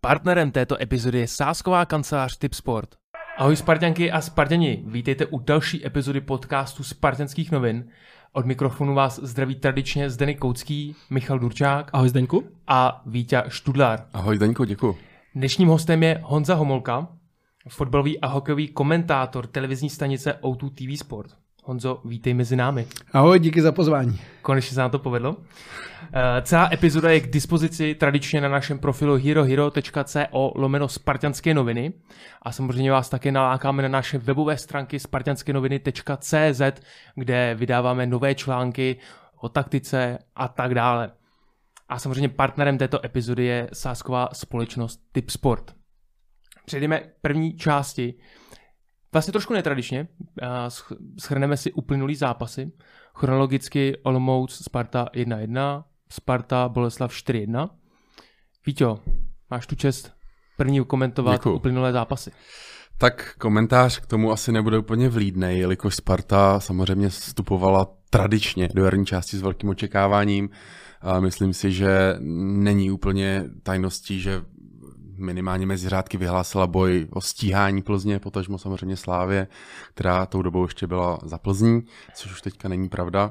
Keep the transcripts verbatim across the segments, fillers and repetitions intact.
Partnerem této epizody je sázková kancelář Tipsport. Ahoj Sparťanky a Sparťani, vítejte u další epizody podcastu Spartanských novin. Od mikrofonu vás zdraví tradičně Zdeněk Koucký, Michal Durčák. Ahoj Zdeňku. A Víťa Študlár. Ahoj Zdeňku, děkuji. Dnešním hostem je Honza Homolka, fotbalový a hokejový komentátor televizní stanice O dva T V Sport. Honzo, vítej mezi námi. Ahoj, díky za pozvání. Konečně se nám to povedlo. Uh, celá epizoda je k dispozici tradičně na našem profilu herohero tečka co lomeno spartanské noviny a samozřejmě vás také nalákáme na naše webové stránky spartanské noviny tečka cz, kde vydáváme nové články o taktice a tak dále. A samozřejmě partnerem této epizody je sázková společnost Tipsport. Přejdeme k první části. Vlastně trošku netradičně, shrneme si uplynulý zápasy. Chronologicky Olomouc Sparta jedna jedna, Sparta Boleslav čtyři jedna. Víťo, máš tu čest první komentovat Děkuju. Uplynulé zápasy. Tak komentář k tomu asi nebude úplně vlídnej, jelikož Sparta samozřejmě vstupovala tradičně do jarní části s velkým očekáváním. A myslím si, že není úplně tajností, že minimálně mezi řádky vyhlásila boj o stíhání Plzně, potažmo samozřejmě Slávě, která tou dobou ještě byla za Plzní, což už teďka není pravda.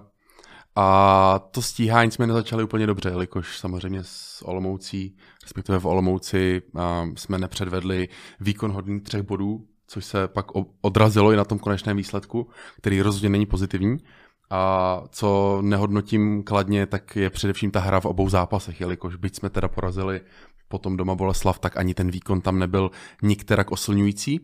A to stíhání jsme nezačali úplně dobře, jelikož samozřejmě s Olomoucí, respektive v Olomouci jsme nepředvedli výkon hodný třech bodů, což se pak odrazilo i na tom konečném výsledku, který rozhodně není pozitivní. A co nehodnotím kladně, tak je především ta hra v obou zápasech, jelikož byť jsme teda porazili potom doma Boleslav, tak ani ten výkon tam nebyl nikterak oslňující.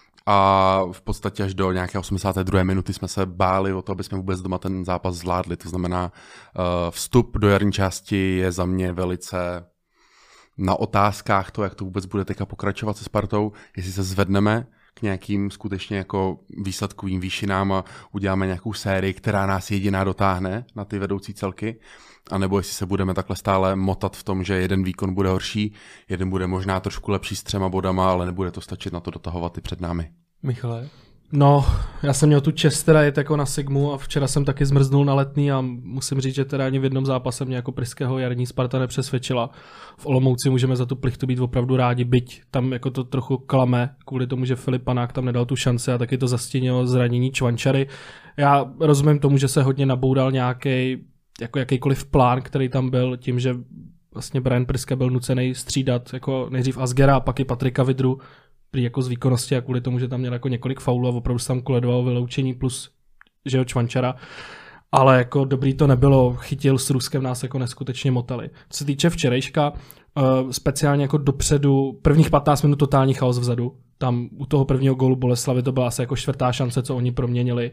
A v podstatě až do nějaké osmdesáté druhé minuty jsme se báli o to, aby jsme vůbec doma ten zápas zvládli. To znamená, vstup do jarní části je za mě velice na otázkách to, jak to vůbec bude teďka pokračovat se Spartou, jestli se zvedneme k nějakým skutečně jako výsledkovým výšinám a uděláme nějakou sérii, která nás jediná dotáhne na ty vedoucí celky, anebo jestli se budeme takhle stále motat v tom, že jeden výkon bude horší, jeden bude možná trošku lepší s třema bodama, ale nebude to stačit na to dotahovat i před námi. Michale? No, já jsem měl tu čest teda jet jako na Sigmu a včera jsem taky zmrznul na Letný a musím říct, že teda ani v jednom zápase mě jako pryského jarní Sparta nepřesvědčila. V Olomouci můžeme za tu plichtu být opravdu rádi, byť tam jako to trochu klame kvůli tomu, že Filip Panák tam nedal tu šanci a taky to zastínilo zranění Čvančary. Já rozumím tomu, že se hodně naboudal nějaký jako jakýkoliv plán, který tam byl tím, že vlastně Brian Pryska byl nucený střídat jako nejdřív Asgera a pak i Patrika Vidru jako z výkonnosti a kvůli tomu, že tam měl jako několik faulů a opravdu se tam koledovalo vyloučení plus že jo, Čvančara. Ale jako dobrý to nebylo, chytil s Ruskem, nás jako neskutečně motali. Co se týče včerejška, uh, speciálně jako dopředu, prvních patnáct minut totální chaos vzadu. Tam u toho prvního gólu Boleslavy to byla asi jako čtvrtá šance, co oni proměnili.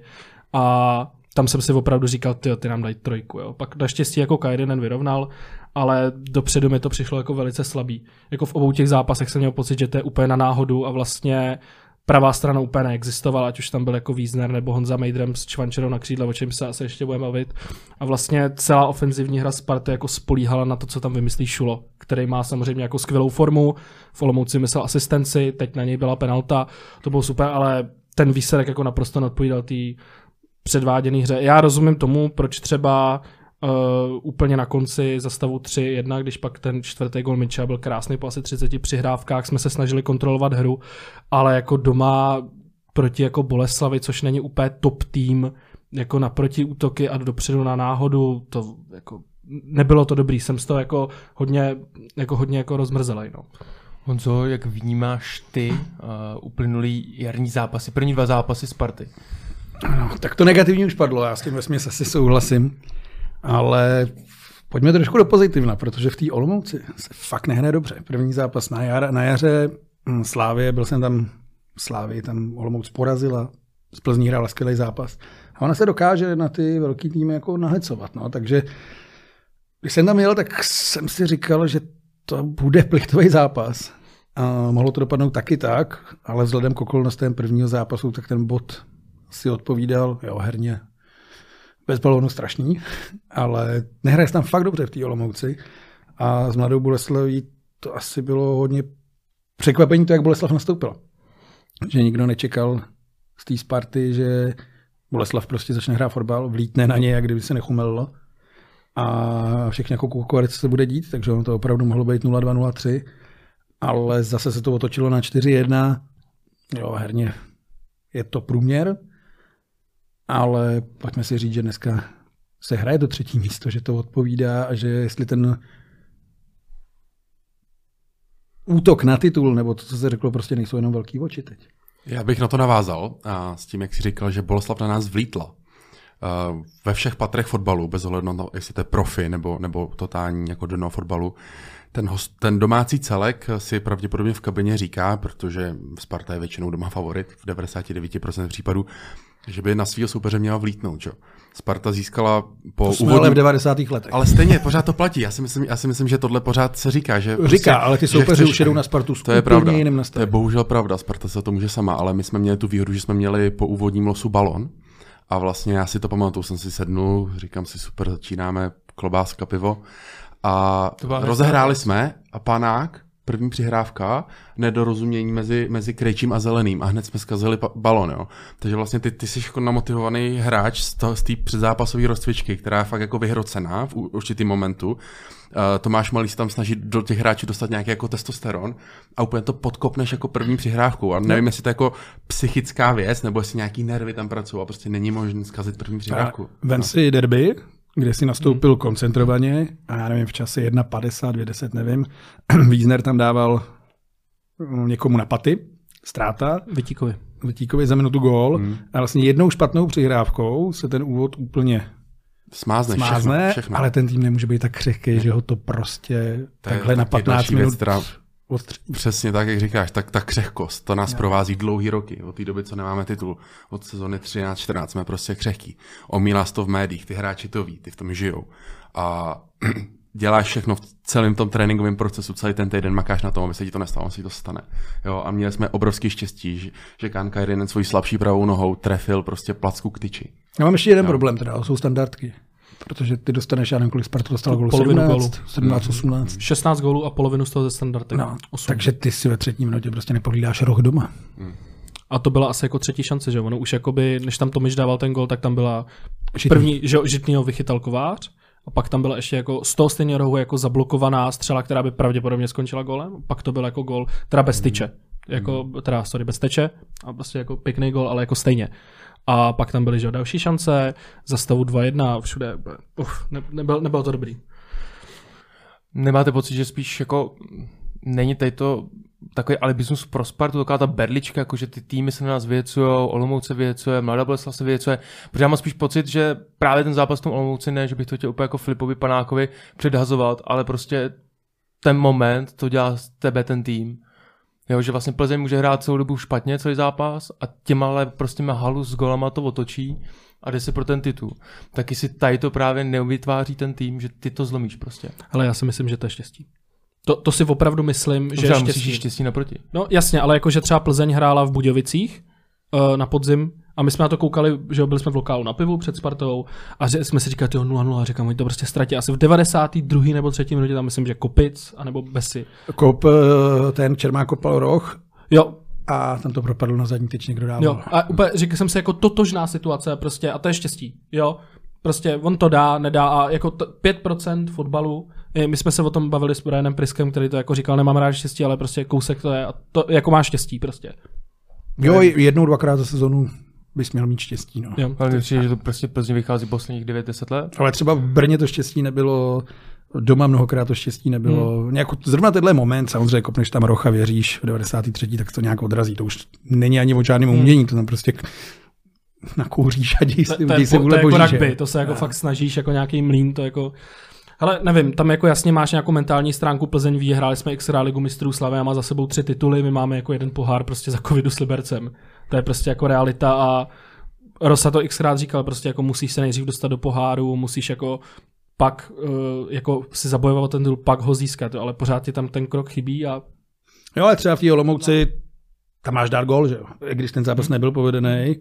A tam jsem si opravdu říkal, tyjo, ty nám dají trojku. Jo. Pak naštěstí jako Kairinen vyrovnal, ale dopředu mi to přišlo jako velice slabý. Jako v obou těch zápasech jsem měl pocit, že to je úplně na náhodu a vlastně pravá strana úplně neexistovala, ať už tam byl jako Wiesner nebo Honza Mejdrem s Čvančerou na křídle, o čem se asi ještě budeme bavit. A vlastně celá ofenzivní hra Sparty jako spolíhala na to, co tam vymyslí Šulo, který má samozřejmě jako skvělou formu. V Olomouci myslel asistenci, teď na něj byla penalta, to bylo super, ale ten výsledek jako naprosto neodpovídal té předváděné hře. Já rozumím tomu, proč třeba uh, úplně na konci za stavu tři jedna, když pak ten čtvrtý gol Mitchella byl krásný po asi třiceti přihrávkách, jsme se snažili kontrolovat hru, ale jako doma proti jako Boleslavi, což není úplně top tým, jako na protiútoky a dopředu na náhodu, to jako nebylo to dobrý, jsem z toho jako hodně jako, hodně jako rozmrzelej, no. Honzo, jak vnímáš ty uh, uplynulý jarní zápasy, první dva zápasy Sparty? No, tak to negativní už padlo, já s tím vesměs asi souhlasím, ale pojďme trošku do pozitivna, protože v té Olomouci se fakt nehraje dobře. První zápas na, jar, na jaře Slávě, byl jsem tam, Slávě tam Olomouc porazila, z Plzní hrála skvělý zápas a ona se dokáže na ty velký týmy jako nahecovat, no, takže když jsem tam jel, tak jsem si říkal, že to bude plichtový zápas. A mohlo to dopadnout taky tak, ale vzhledem k okolnostem prvního zápasu, tak ten bod si odpovídal, jo, herně bez balónu strašný, ale nehraje se tam fakt dobře v té Olomouci a s Mladou Boleslaví to asi bylo hodně překvapení to, jak Boleslav nastoupila. Že nikdo nečekal z té Sparty, že Boleslav prostě začne hrát fotbal, vlítne na ně, jak kdyby se nechumelilo a všechny jako kukovarice se bude dít, takže ono to opravdu mohlo být nula dva nula tři ale zase se to otočilo na čtyři jedna. Jo, herně je to průměr, ale pojďme si říct, že dneska se hraje do třetí místo, že to odpovídá a že jestli ten útok na titul, nebo to, co se řeklo, prostě nejsou jenom velký oči teď. Já bych na to navázal a s tím, jak jsi říkal, že Boleslav na nás vlítla. Uh, ve všech patrech fotbalu, bez ohledu na to, jestli to je profi nebo, nebo totální jako dno fotbalu, ten, host, ten domácí celek si pravděpodobně v kabině říká, protože Sparta je většinou doma favorit v devadesát devět procent případů, že by na svého soupeře měla vlítnout. Čo? Sparta získala po to jsme úvodním... ale v devadesátých letech. Ale stejně, pořád to platí. Já si myslím, já si myslím že tohle pořád se říká. Že říká, prostě, ale ty soupeři už jedou na Spartu s to je pravda. jiným To je bohužel pravda, Sparta se to může sama, ale my jsme měli tu výhodu, že jsme měli po úvodním losu balon a vlastně já si to pamatuju, jsem si sednul, říkám si super, začínáme, klobáska, pivo a rozehráli jsme a panák, první přihrávka, nedorozumění mezi, mezi Krejčím a Zeleným a hned jsme zkazili pa- balon. Jo. Takže vlastně ty, ty jsi jako namotivovaný hráč z té předzápasové rozcvičky, která je fakt jako vyhrocená v určitým momentu. Uh, Tomáš Malý se tam snaží do těch hráčů dostat nějaký jako testosteron a úplně to podkopneš jako první přihrávku. A nevím, jestli to je jako psychická věc, nebo jestli nějaký nervy tam pracují a prostě není možné zkazit první přihrávku. Vem no. si derby, kde si nastoupil hmm. koncentrovaně a já nevím, v čase jedna padesát, dvě deset, nevím. Wiesner tam dával někomu na paty, ztráta. Vytíkovi. Vytíkovi za minutu gól hmm. a vlastně jednou špatnou přihrávkou se ten úvod úplně smázne, smázne všechno, všechno. Ale ten tým nemůže být tak křehký, že ho to prostě to takhle na patnáct minut věc, která... Přesně tak, jak říkáš, tak ta křehkost, to nás no. provází dlouhý roky, od té doby, co nemáme titul, od sezony třináct čtrnáct jsme prostě křehký. Omílá se to v médiích, ty hráči to ví, ty v tom žijou. A děláš všechno v celém tom tréninkovém procesu, celý ten týden makáš na tom, aby se ti to nestalo, se ti to stane. Jo, a měli jsme obrovský štěstí, že, že Kanka jeden svojí slabší pravou nohou trefil prostě placku k tyči. Já mám ještě jeden jo. problém, teda jsou standardky. Protože ty dostaneš, já nevím, kolik Sparta dostala gólů, sedmnáct, sedmnáct, osmnáct. šestnáct gólů a polovinu z toho ze standardek. No, takže ty si ve třetí minutě prostě nepohlídáš roh doma. Hmm. A to byla asi jako třetí šance, že ono už jakoby, než tam Tomič dával ten gól, tak tam byla první, že Žitnýho vychytal Kovář a pak tam byla ještě jako z toho stejného rohu jako zablokovaná střela, která by pravděpodobně skončila gólem. Pak to byl jako gól, teda bez tyče. Jako, teda, sorry, bez teče a prostě jako pěkný gól, ale jako stejně. A pak tam byly že další šance, za stavu dva jedna, všude, uf, ne, nebyl, nebylo to dobrý. Nemáte pocit, že spíš jako není tady to takový alibismus pro Spartu, taková ta berlička, jako že ty týmy se na nás vyjecujou, Olomouc se vyjecuje, Mladá Boleslav se vyjecuje, protože já mám spíš pocit, že právě ten zápas v tom Olomouci ne, že bych to chtěl úplně jako Filipovi Panákovi předhazovat, ale prostě ten moment to dělá z tebe ten tým. Jo, že vlastně Plzeň může hrát celou dobu špatně, celý zápas a těma ale prostě má halu s golama to otočí a jde si pro ten titul. Taky si tady to právě nevytváří ten tým, že ty to zlomíš prostě. Ale já si myslím, že to je štěstí. To, to si opravdu myslím, že je štěstí. Musíš štěstí naproti. No jasně, ale jakože třeba Plzeň hrála v Budějovicích uh, na podzim a my jsme na to koukali, že byli jsme v lokálu na pivu před Spartou a že jsme si říkali, jo nula nula, říkám, oni to prostě ztratí asi v devadesáté druhé nebo třetí minutě, tam myslím, že Kopic, anebo Besi. Kop, ten Čermák kopal roh. Jo. A tam to propadlo na zadní tyč, někdo dával. Jo, a úplně říkal jsem si jako totožná situace prostě a to je štěstí, jo. Prostě on to dá, nedá a jako t- pět procent fotbalu, my jsme se o tom bavili s Brianem Priskem, který to jako říkal, nemám rád štěstí, ale prostě kousek to je a to jako má štěstí prostě. Jo, jednou, dvakrát za sezonu bys měl mít štěstí, no. Jo, ale myslím, že to prostě Plzeň vychází posledních devět deset let. Ale třeba v Brně to štěstí nebylo, doma mnohokrát to štěstí nebylo. Hmm. Nějak, zrovna tenhle moment, samozřejmě kopneš tam roh a věříš v devadesát tři tak to nějak odrazí. To už není ani o žádném umění, to tam prostě nakouříš a děj si, děj si vůle boží. To je jako rugby, to se jako fakt snažíš jako nějaký mlýn, to jako... Hele, nevím, tam jako jasně máš nějakou mentální stránku, Plzeň ví, hráli jsme X Ligu mistrů Slavy a má za sebou tři tituly, my máme jako jeden pohár prostě za covidu s Libercem. To je prostě jako realita a Rosa to xkrát říkal, prostě jako musíš se nejdřív dostat do poháru, musíš jako pak uh, jako si zabojovat ten titul, pak ho získat, ale pořád ti tam ten krok chybí a... Jo, ale třeba v té Olomouci tam máš dát gól, že jo? Když ten zápas nebyl povedený,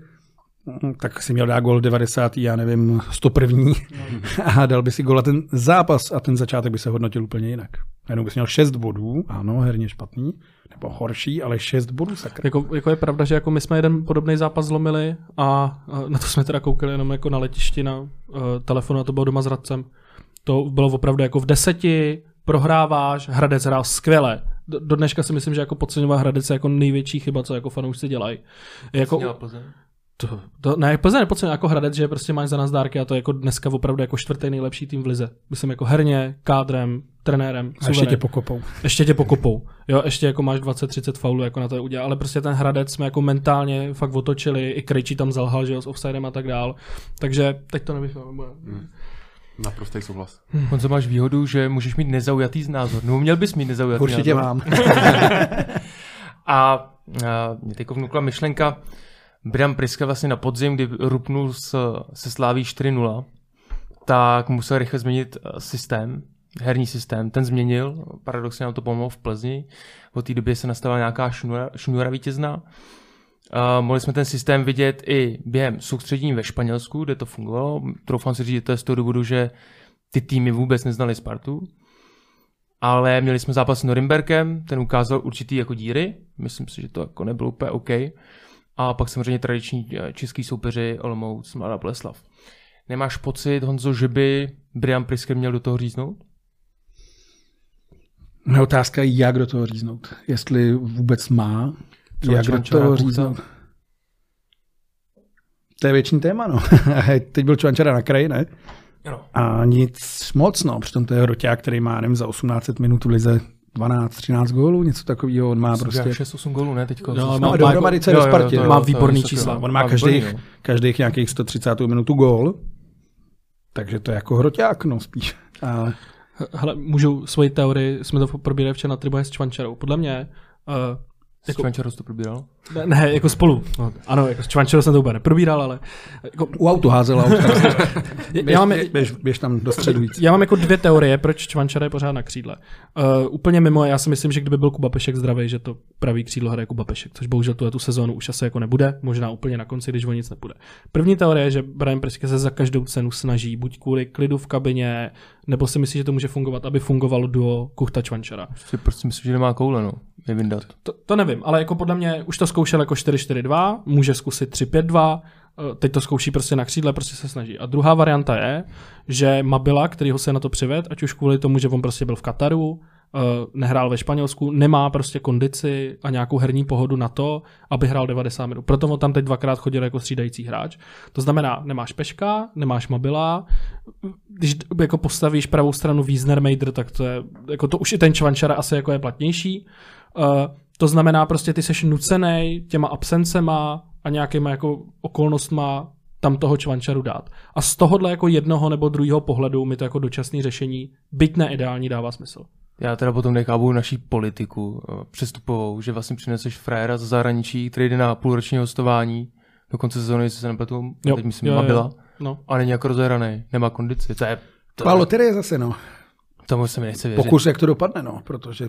tak si měl dát gól devadesátý já nevím, sto první a dal by si gól a ten zápas a ten začátek by se hodnotil úplně jinak. Jenom bys měl šest bodů, ano, herně špatný, nebo horší, ale šest bodů, sakra. Jako, jako je pravda, že jako my jsme jeden podobný zápas zlomili a, a na to jsme teda koukali jenom jako na letišti na uh, telefonu a to bylo doma s Radcem. To bylo opravdu jako v deseti, prohráváš, Hradec hrál skvěle. Do, do dneška si myslím, že jako podceňovat Hradec je jako největší chyba, co jako fanoušci dělají. Jako, to, to, ne, Plzeň nepodceňuje jako Hradec, že prostě máš za nás dárky a to je jako dneska opravdu jako čtvrtý nejlepší tým v lize. Myslím jako herně, kádrem, trenérem. A ještě tě pokopou. Ještě tě pokopou. Jo, ještě jako máš dvacet třicet faulů jako na to udělat, ale prostě ten Hradec jsme jako mentálně fakt otočili, i Krejčí tam zalhal, že jo, s offsidem a tak dál. Takže teď to nevychváme. Hmm. Naprostý souhlas. Hmm. Honzo, máš výhodu, že můžeš mít nezaujatý názor. No, měl bys mít nezaujatý Určitě názor. Určitě mám. a, a mě teď vnukla myšlenka, Brian Priska vlastně na podzim, kdy rupnul s, se Sláví čtyři nula, tak musel rychle změnit systém, herní systém. Ten změnil, paradoxně nám to pomohlo v Plzni. Od té doby se nastavila nějaká šnura, šnura vítězná. Uh, mohli jsme ten systém vidět i během soustředění ve Španělsku, kde to fungovalo. Troufám si říct, že to je z toho důvodu, že ty týmy vůbec neznali Spartu. Ale měli jsme zápas s Norimberkem, ten ukázal určitý jako díry. Myslím si, že to jako nebylo úplně OK. A pak samozřejmě tradiční český soupeři Olomouc, Mladá Boleslav. Nemáš pocit, Honzo, že by Brian Prisker měl do toho říznout? Moje otázka je, jak do toho říznout. Jestli vůbec má, Třeba jak do toho říznout. To je věčný téma, no. Teď byl Čvančara na kraji, ne? Ano. A nic moc, no. Přitom to je hroťák, který má, nevím, za osmnáct set minut v lize dvanáct třináct gólů, něco takového. On má prostě šest osm gólů, ne? Teďko. No, no, dohromady co je do Spartě. Má výborný čísla. On má každých, každých nějakých sto třicet minutu gól. Takže to je jako hroťák, no spíš. Ale... Hele, můžu svoji teorii, jsme to probírali včera na tribuně s Čvančarou. Podle mě... Uh, S jako, Čvančarou jsi to probíral? Ne, ne, jako spolu. No, ano, jako s Čvančarou jsem to úplně neprobíral, ale... Jako, u autu házel auto. běž, já mám, běž, běž tam do středu víc. Já mám jako dvě teorie, proč Čvančara je pořád na křídle. Uh, úplně mimo, já si myslím, že kdyby byl Kuba Pešek zdravý, že to pravý křídlo hraje Kuba Pešek, což bohužel tu, tu sezónu už asi jako nebude, možná úplně na konci, když o nic nepůjde. První teorie je, že Brian Priske se za každou cenu snaží, buď kvůli klidu v kabině, nebo si myslí, že to může fungovat, aby fungovalo duo Kuchta Čvančara. Si prostě myslím, že nemá koule, no. Vyndat. To, to nevím, ale jako podle mě už to zkoušel jako čtyři čtyři dva, může zkusit tři pět dva, teď to zkouší prostě na křídle, prostě se snaží. A druhá varianta je, že Mabila, kterýho se na to přived, ať už kvůli tomu, že on prostě byl v Kataru, nehrál ve Španělsku, nemá prostě kondici a nějakou herní pohodu na to, aby hrál devadesát minut. Proto on tam teď dvakrát chodil jako střídající hráč. To znamená, nemáš Peška, nemáš Mabila, když jako postavíš pravou stranu Wiesner-Mader, tak to je, jako to už i ten Čvančara asi jako je platnější. Uh, to znamená prostě ty seš nucenej těma absencema a nějakýma jako okolnostma tam toho Čvančaru dát. A z tohohle jako jednoho nebo druhého pohledu mi to jako dočasné řešení, byť neideální, dává smysl. Já teda potom nechápu naší politiku přestupovou, že vlastně přineseš frajera z zahraničí, který jde na půlroční hostování, do konce sezóny, jestli se nepletu, teď myslím, Mabila, no. A není jako rozehraný, nemá kondici. To je... To je loterie zase, no. Tomu se mi nechce věřit. Pokus, jak to dopadne, no, protože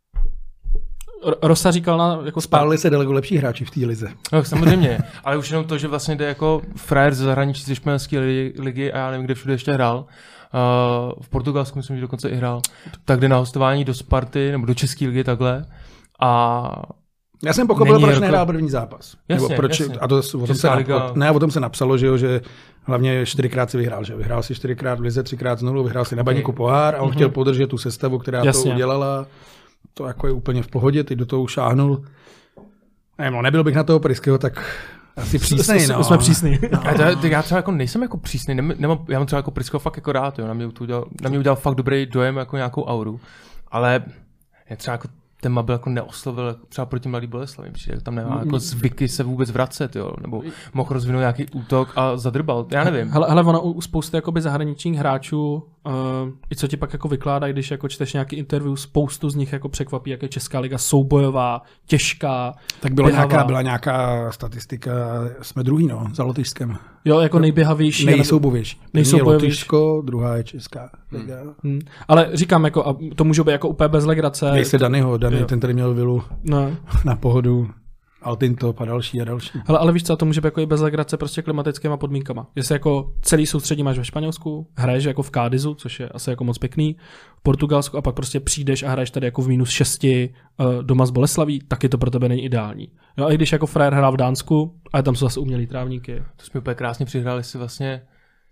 Rosa říkal na... Jako spálili se daleko lepší hráči v té lize. No, samozřejmě, ale už jenom to, že vlastně jde jako frajer ze zahraničí ze španělské ligy a já nevím, kde všude ještě hrál. Uh, v Portugalsku myslím, že dokonce i hrál. Tak jde na hostování do Sparty nebo do české ligy takhle. A já jsem pochopil, proč nehrál první zápas. Jasně, nebo proč, jasně. A to o tom, se liga... ne, o tom se napsalo, že, jo, že hlavně čtyřikrát si vyhrál. Že? Vyhrál si čtyřikrát v lize, třikrát znovu, vyhrál si na Baníku okay. pohár a on mm-hmm. chtěl podržet tu sestavu, která jasně. to udělala. To jako je úplně v pohodě, teď do toho šáhnul. Nevím, no, nebyl bych na toho Priskeho, tak asi přísnej, no. Jsme přísný. No. Já, já třeba jako nejsem jako přísný, nemám, já mám třeba jako Priskeho fakt jako rád, jo. Na mě udělal, na mě udělal fakt dobrý dojem, jako nějakou auru, ale je třeba jako ten Mabil jako neoslovil jako třeba proti Mladý Boleslavi, přijde, tam nemá jako zvyky se vůbec vracet, jo, nebo mohl rozvinout nějaký útok a zadrbal, já nevím. Hele, hele ono u spousty jakoby zahraničních hráčů, uh, i co ti pak jako vykládají, když jako čteš nějaký interview, spoustu z nich jako překvapí, jak je Česká liga soubojová, těžká. Tak byla nějaká, byla nějaká statistika, jsme druhý, no, za Lotyšskem. Jo, jako nejběhavější. Nejsoubovější. První je Lotyšsko, druhá je Česká liga. Hmm. Hmm. Ale říkám, jako, a to může být jako úplně bez legrace. Dej se Danyho, Dany, ten tady měl vilu no. na pohodu. Altintop a další a další. Hele, ale víš co, to může být jako i bez legrace prostě klimatickýma podmínkama. Jestli jako celý soustředí máš ve Španělsku, hraješ jako v Cádizu, což je asi jako moc pěkný, v Portugalsku a pak prostě přijdeš a hraješ tady jako v minus šesti uh, doma z Boleslaví, taky to pro tebe není ideální. Jo, a i když jako frajer hrál v Dánsku, ale tam jsou zase umělý trávníky. To jsme úplně krásně přihráli si vlastně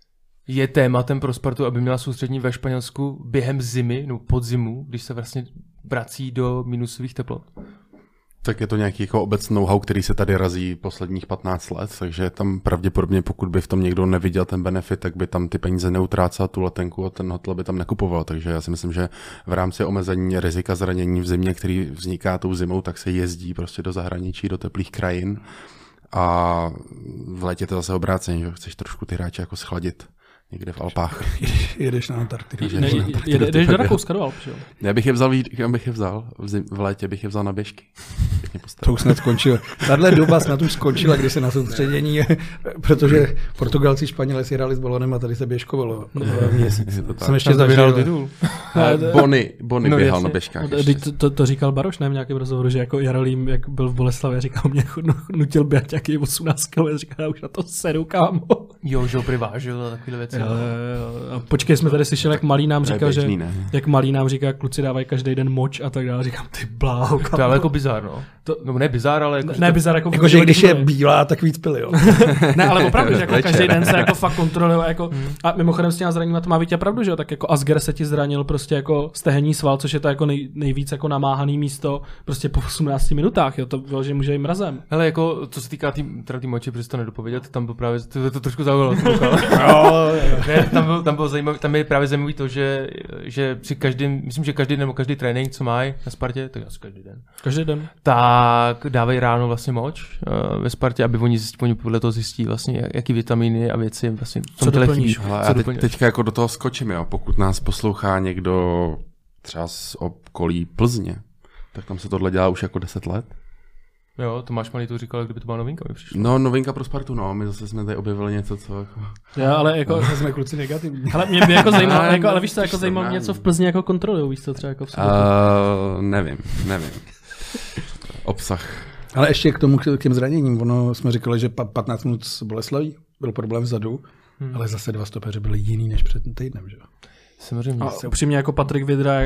Je tématem pro Spartu, aby měla soustředění ve Španělsku během zimy, no podzimu, když se vlastně vrací do minusových teplot? Tak je to nějaký jako obecný know-how, který se tady razí posledních patnáct let, takže tam pravděpodobně, pokud by v tom někdo neviděl ten benefit, tak by tam ty peníze neutrácel tu letenku a ten hotel by tam nekupoval. Takže já si myslím, že v rámci omezení rizika zranění v zimě, který vzniká tou zimou, tak se jezdí prostě do zahraničí, do teplých krajin a v létě to zase obráceně, že chceš trošku ty hráče jako schladit. Někde v Alpách. Jedeš na Antarktidu. Ne, jede, jdeš do Rakouska, do Alp, že jo? Já bych je vzal, já bych je vzal, v, zim, v létě bych je vzal na běžky. To už snad skončilo. Tahle doba snad už skončila, kdy se na soustředění, protože Portugalci, Španělé si hráli s balonem a tady se běžkovalo měsíc. Jsem ještě zažil titul. Bony, Bony no, běhal na běžkách. To, to, to říkal Baroš, ne, v nějakém rozhovoru, že jako Jarolím, jak byl v Boleslavě, říkal, mě nutil běhat nějaký osmnáct kilometrů, říkal, já už na to sedu, kámo. Jo, že ho privážil a takovýhle věci. Jo, jo. Počkej, jsme tady slyšeli, jak Malý nám říkal, že jak Malý nám říká, kluci dávají každý den moč a tak dále. Říkám, ty bláho. To je ale jako bizár, no. To, no ne bizár, ale jako... Ne, bizár jako... Jako, že když je bílá, tak víc pili, jo. Ne, ale opravdu, že jako každý den se jako fakt kontroluje. Jako, a mimochodem s těma zraněníma to má Vítě pravdu, že jo, tak jako Asger se ti zranil prostě jako stehenní sval, což je to jako nej, nejvíc jako namáhaný místo prostě po osmnácti minutách, jo, to bylo, že může jim mrazem. Hele, jako, co se týká tý, teda tý moči, protože to nedopovědět, tam byl právě, to, to trošku zaujalo. Ne, tam byl, tam byl zajímavý, tam je právě zajímavý to, že, že při každém, myslím, že každý den nebo každý trénink, co mají na Spartě, tak asi každý den. Každý den. Tak dávají ráno vlastně moč uh, ve Spartě, aby oni, oni podle toho zjistí vlastně, jaký vitamíny a věci vlastně co doplníš. Já teď, teďka jako do toho skočím, jo. Pokud nás poslouchá někdo třeba z okolí Plzně, tak tam se tohle dělá už jako deset let. Jo, Tomáš Malý to říkal, kdyby to byla novinka, mi přišlo. No, novinka pro Spartu, no, my zase jsme tady objevili něco, co jako... Já, ale jako... No, jsme kluci negativní. Ale mě by jako zajímalo, jako, ale víš co, jako zajímalo mě, co v Plzni jako kontrolujou, víš co, třeba jako v sobotu. Uh, nevím, nevím. Obsah. Ale ještě k tomu, k těm zraněním, ono jsme říkali, že patnáct minut s Boleslaví byl problém vzadu, hmm. ale zase dva stopeři byli jiný než před týdnem, že jo? Samozřejmě. A upřímně jako Patrik Vydra,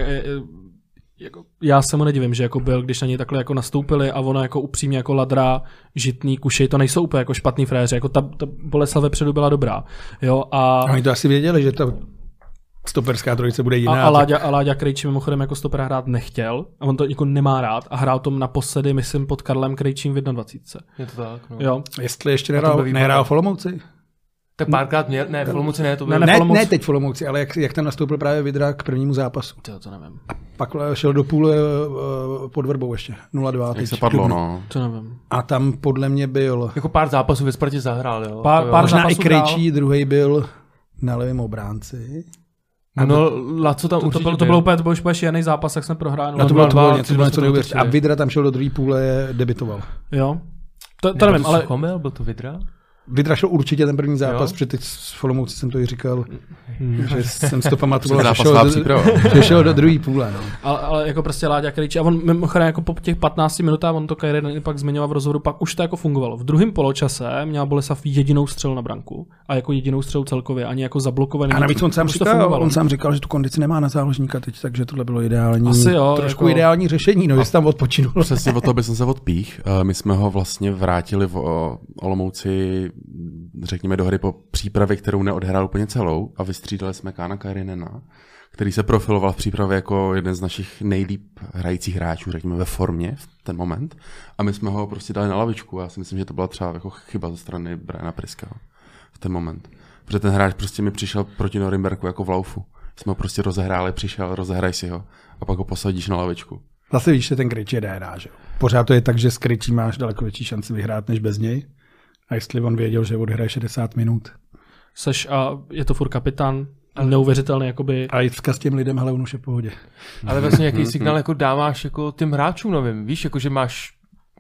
jako, já se mu nedivím, že jako byl, když na něj takhle jako nastoupili a ono jako upřímně jako Ladra, Žitný, Kušej, to nejsou úplně jako špatný fréři, jako ta, ta Boleslav vepředu byla dobrá, jo, a... Oni to asi věděli, že ta stoperská trojice bude jiná. A, a, Láďa, a Láďa Krejčí mimochodem jako stopera hrát nechtěl a on to jako nemá rád a hrál tom naposledy, myslím, pod Karlem Krejčím v dvacet jedna. Je to tak, no. Jo. Jestli ještě nehrál, nehrál v Olomouci? Tak párkrát měl, ne, v Olomouci ne, to bylo... Ne, ne, ne teď v Olomouci, ale jak, jak tam nastoupil právě Vydra k prvnímu zápasu. To, to nevím. A pak šel do půle uh, pod Vrbou ještě, nula dva. Jak se padlo, no. To nevím. A tam podle mě byl... Jako pár zápasů ve Spartě zahrál, jo. Pár, pár možná i Krejčí, druhý byl na levém obránci. No, no Laco tam to, určitě to, bylo, to bylo úplně, to byl už šílený zápas, jak jsme prohráli. No, to bylo to něco, něco neuvěřitelného. A Vydra tam šel do druhé půle, debitoval. Jo. To, to nevím, ale... Suchomil, byl to Vydra? Vydra šel určitě ten první zápas, protože teď v Olomouci jsem to i říkal, hmm. že jsem si to pamatoval, že šel do, že šel do druhé půle. No. Ale, ale jako prostě Láďa Krejčí, a on mimochodem jako po těch patnácti minutách, on to Kajren pak zmiňoval v rozhovoru, pak už to jako fungovalo. V druhém poločase měla Boleslav jedinou střelu na branku a jako jedinou střelu celkově, ani jako zablokovaný. A navíc on sám, říkal, on sám říkal, že tu kondici nemá na záložníka teď, takže tohle bylo ideální, asi jo, trošku jako... ideální řešení, no, jestli tam odpočinul. Přesně o to by jsem se odpích. My jsme ho vlastně vrátili v Olomouci, řekněme, do hry po přípravě, kterou neodhrál úplně celou a vystřídali jsme Kána Karinena, který se profiloval v přípravě jako jeden z našich nejlíp hrajících hráčů, řekněme, ve formě v ten moment. A my jsme ho prostě dali na lavičku. Já si myslím, že to byla třeba jako chyba ze strany Briana Priského v ten moment. Protože ten hráč prostě mi přišel proti Norimberku jako v laufu. Jsme ho prostě rozehráli, přišel, rozehraj si ho a pak ho posadíš na lavičku. Zase víš, že ten Krejčí je hráč. Pořád to je tak, že s Krejčí máš daleko větší šanci vyhrát než bez něj. A jestli on věděl, že odhraje šedesát minut. Seš a je to furt kapitán, neuvěřitelný jakoby. A i vzkaz těm lidem, hele, on už je v pohodě. Ale vlastně jaký signál jako dáváš jako těm hráčům novým, víš, jako že máš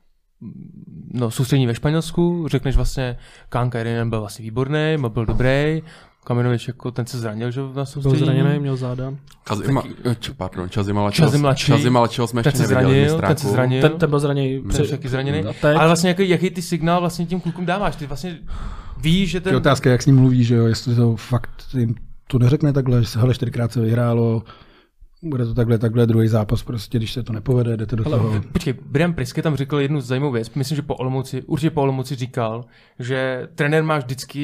no, soustředění ve Španělsku, řekneš vlastně, Kán Kairinen byl vlastně výborný, byl dobrý, Kamenovič jako ten se zranil, že na soustředění. Byl zraněný, měl záda. Kazima, pardon, Čazima Lačil jsme ještě neviděli ten se zranil, ten, ten byl zraněný. Taky zraněný. Ale vlastně jaký, jaký ty signál vlastně těm klukům dáváš? Ty vlastně víš, že ten... Je otázka, jak s ním mluvíš, že jo, jestli to fakt jim to neřekne takhle, že se hele, čtyřikrát se vyhrálo, bude to takhle, takhle, druhý zápas, prostě, když se to nepovede, jdete do toho. Ale, počkej, Brian Priske tam řekl jednu zajímavou věc, myslím, že po Olomouci, určitě po Olomouci říkal, že trenér má vždycky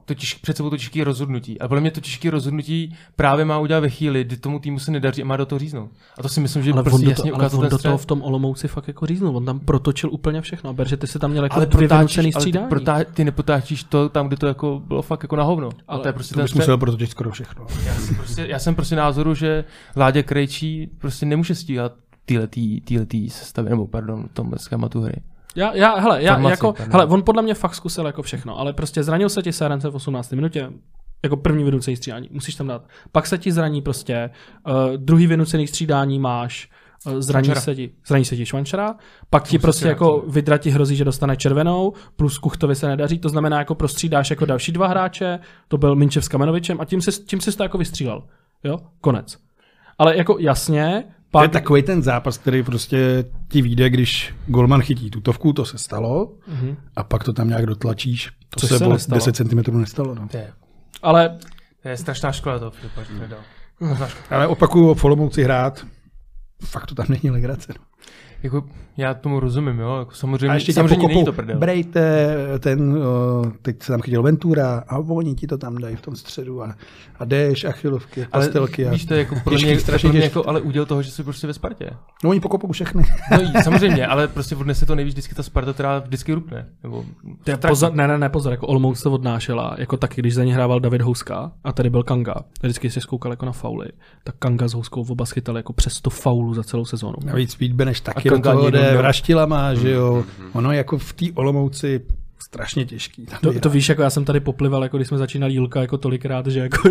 to těž, před sebou to těžké rozhodnutí. A podle mě to těžké rozhodnutí právě má udělat ve chvíli, kdy tomu týmu se nedaří a má do toho říznout. A to si myslím, že ale prostě on jasně do, to, ale on do toho v tom Olomouci fakt jako říznul. On tam protočil úplně všechno. A ber, že ty se tam měl jako ale dvě protáčíš, vynucený ale střídání. ty, protá, ty nepotáčíš to tam, kde to jako bylo fakt jako na hovno. Ale to je prostě To ten bys musel protočit skoro všechno. já, jsem prostě, já jsem prostě názoru, že Láďa Krejčí prostě nemůže stíhat týhletý, týhletý sestavy, nebo pardon, tom schématu hry. Já, já, hele, já, Formaci, jako, pardon. hele, on podle mě fakt zkusil jako všechno, ale prostě zranil se ti Sárence v osmnácté minutě, jako první vynucený střídání, musíš tam dát. Pak se ti zraní prostě, uh, druhý vynucený střídání máš, uh, zraní Švančara. se ti, zraní se ti Švančara, pak ti musí prostě střídat, jako Vydra ti hrozí, že dostane červenou, plus Kuchtovi se nedaří, to znamená jako prostřídáš jako další dva hráče, to byl Minčev s Kamenovičem a tím se, tím se to jako vystřílel, jo, konec. Ale jako jasně, To je pak... takový ten zápas, který prostě ti vyjde, když golman chytí tutovku, to se stalo, Mhm. a pak to tam nějak dotlačíš. To Což se, se o nestalo. deset centimetrů nestalo. No. To je, Ale to je strašná škoda toho Filipa, že to nedal. Ale opakuju, v Olomouci hrát, fakt to tam není legrace. No. Jako, já tomu rozumím, jo, jako samozřejmě, A ještě tě samozřejmě není to pokopou, prdel. brejte, ten, o, teď se tam chytil Ventura a oni ti to tam dají v tom středu a, a jdeš, achilovky, Ale pastelky. A víš, to je jako podle těžký, mě, strašně podle mě těžký. jako, ale udělal toho, že jsi prostě ve Spartě. No oni pokopou všechny. No jí, samozřejmě, ale prostě odnese to nejvíc vždycky ta Sparta, která vždycky rupne. Nebo To je pozor, ne, ne, ne, pozor, jako Olomouc se odnášela, jako taky, když za ně hrával David Houska a tady byl Kanga, vždycky se zkoukal jako na fauly, tak Kanga s Houskou oba schytali jako přes sto faulů za celou sezónu. Navíc Pete Beneš taky A do Kanga toho ani jde, jednou. Vraštila má, že jo. Ono jako v té Olomouci strašně těžký. Tam To, vyhrát. to víš, jako já jsem tady poplival, jako když jsme začínali Jílka jako tolikrát, že jako...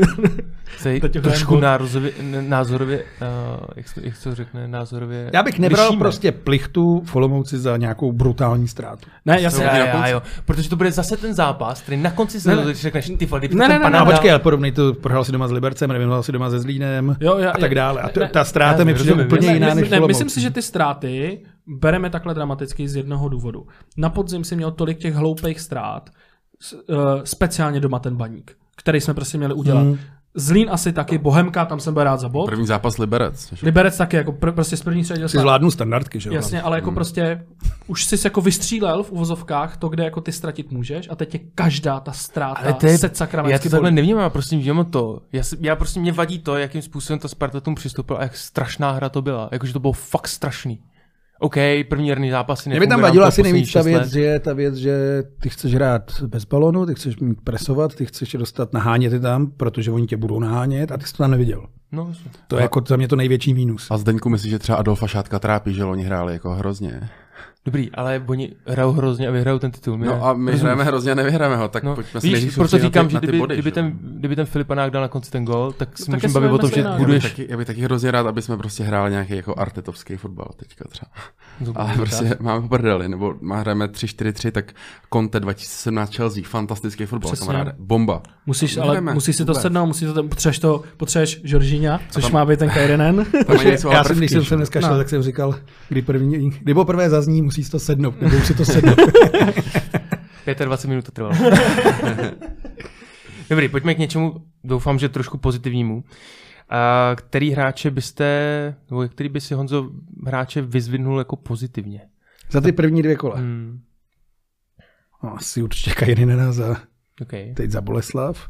se Teď trošku hrajeme názorově, názorově uh, jak, se, jak se to řekne, názorově Já bych nebral lišíme. prostě plichtu v Olomouci za nějakou brutální ztrátu. Ne, já jsem... Já, já, jo, protože to bude zase ten zápas, který na konci se Ne, ne. řekneš, ty vole, kdyby Ne, ten ne, ne, No Panada- počkej, ale podobný to prohrál si doma s Libercem, nevyhrál si doma se Zlínem Jo, já- a tak dále. A to, ne, ta ztráta já mi přijde rozumím, úplně ne, jiná ne, než v ne, Olomouci. myslím si, že ty ztráty bereme takhle dramaticky z jednoho důvodu. Na podzim si měl tolik těch hloupých ztrát, s- uh, speciálně doma ten Baník, který jsme prostě měli udělat. Hmm. Zlín asi taky, Bohemka, tam jsem byl rád za bod. První zápas Liberec. Liberec taky, jako pr- prostě z první středě Si zvládnu standardky, že jo. jasně, ale jako Hmm. prostě už jsi jako vystřílel v uvozovkách to, kde jako ty ztratit můžeš a teď je každá ta ztráta Ale to je, set já sakramensky to takhle bolí. nevnímám, já prostě vnímám to. Já, si- já prostě mě vadí to, jakým způsobem ta Sparta tomu přistoupila a jak strašná hra to byla. Jakože to bylo fakt strašný. OK, první jarní zápasy Mě by tam nefungují vadila nám asi posledních nejvíc ta šest věc, let. že ta věc, že ty chceš hrát bez balonu, ty chceš mít presovat, ty chceš je dostat nahánět je tam, protože oni tě budou nahánět a ty jsi to tam neviděl. No, jasně. To je jako za mě to největší mínus. A Zdeňku myslíš, že třeba Adolfa Šátka trápí, že oni hráli jako hrozně. Dobrý, ale oni hrajou hrozně a vyhrajou ten titul. My ne. No a my Rozumíš? hrajeme hrozně a nevyhráme ho, tak No, pojďme si víš, nejdřív proto soustředit říkám, na ty, že na ty kdyby, body, kdyby, že? ten, kdyby ten Filipanák dal na konci ten gol, tak si No, taky můžeme se bavit o tom, bavíme že stejná. Já bych, buduješ... taky, já bych taky hrozně rád, aby jsme prostě hráli nějaký jako artetovský fotbal teďka třeba. No, Ale prostě máme prdeli, nebo má hrajeme tři čtyři tři, tak Conte dva tisíce sedmnáct Chelsea, fantastický fotbal, Přesně. kamaráde, bomba. Musíš, No, ale jdeme, musíš si to vůbec. sednout, musíš to, potřebuješ to, potřebuješ Žoržíňa, což má být ten Kajrenen. Tam ani nejsou ale Já jsem, když prvky, jsem že? sem dneska šel, No. tak jsem říkal, kdy, první, kdy poprvé zazní, musí si to sednout, nebo už si to sednout. dvacet pět minut to trvalo. Dobrý, pojďme k něčemu, doufám, že trošku pozitivnímu. A který hráče byste, nebo který by si Honzo hráče vyzvihnul jako pozitivně? Za ty první dvě kola. Hmm, No, asi určitě Kajrinena za, okay. teď za Boleslav.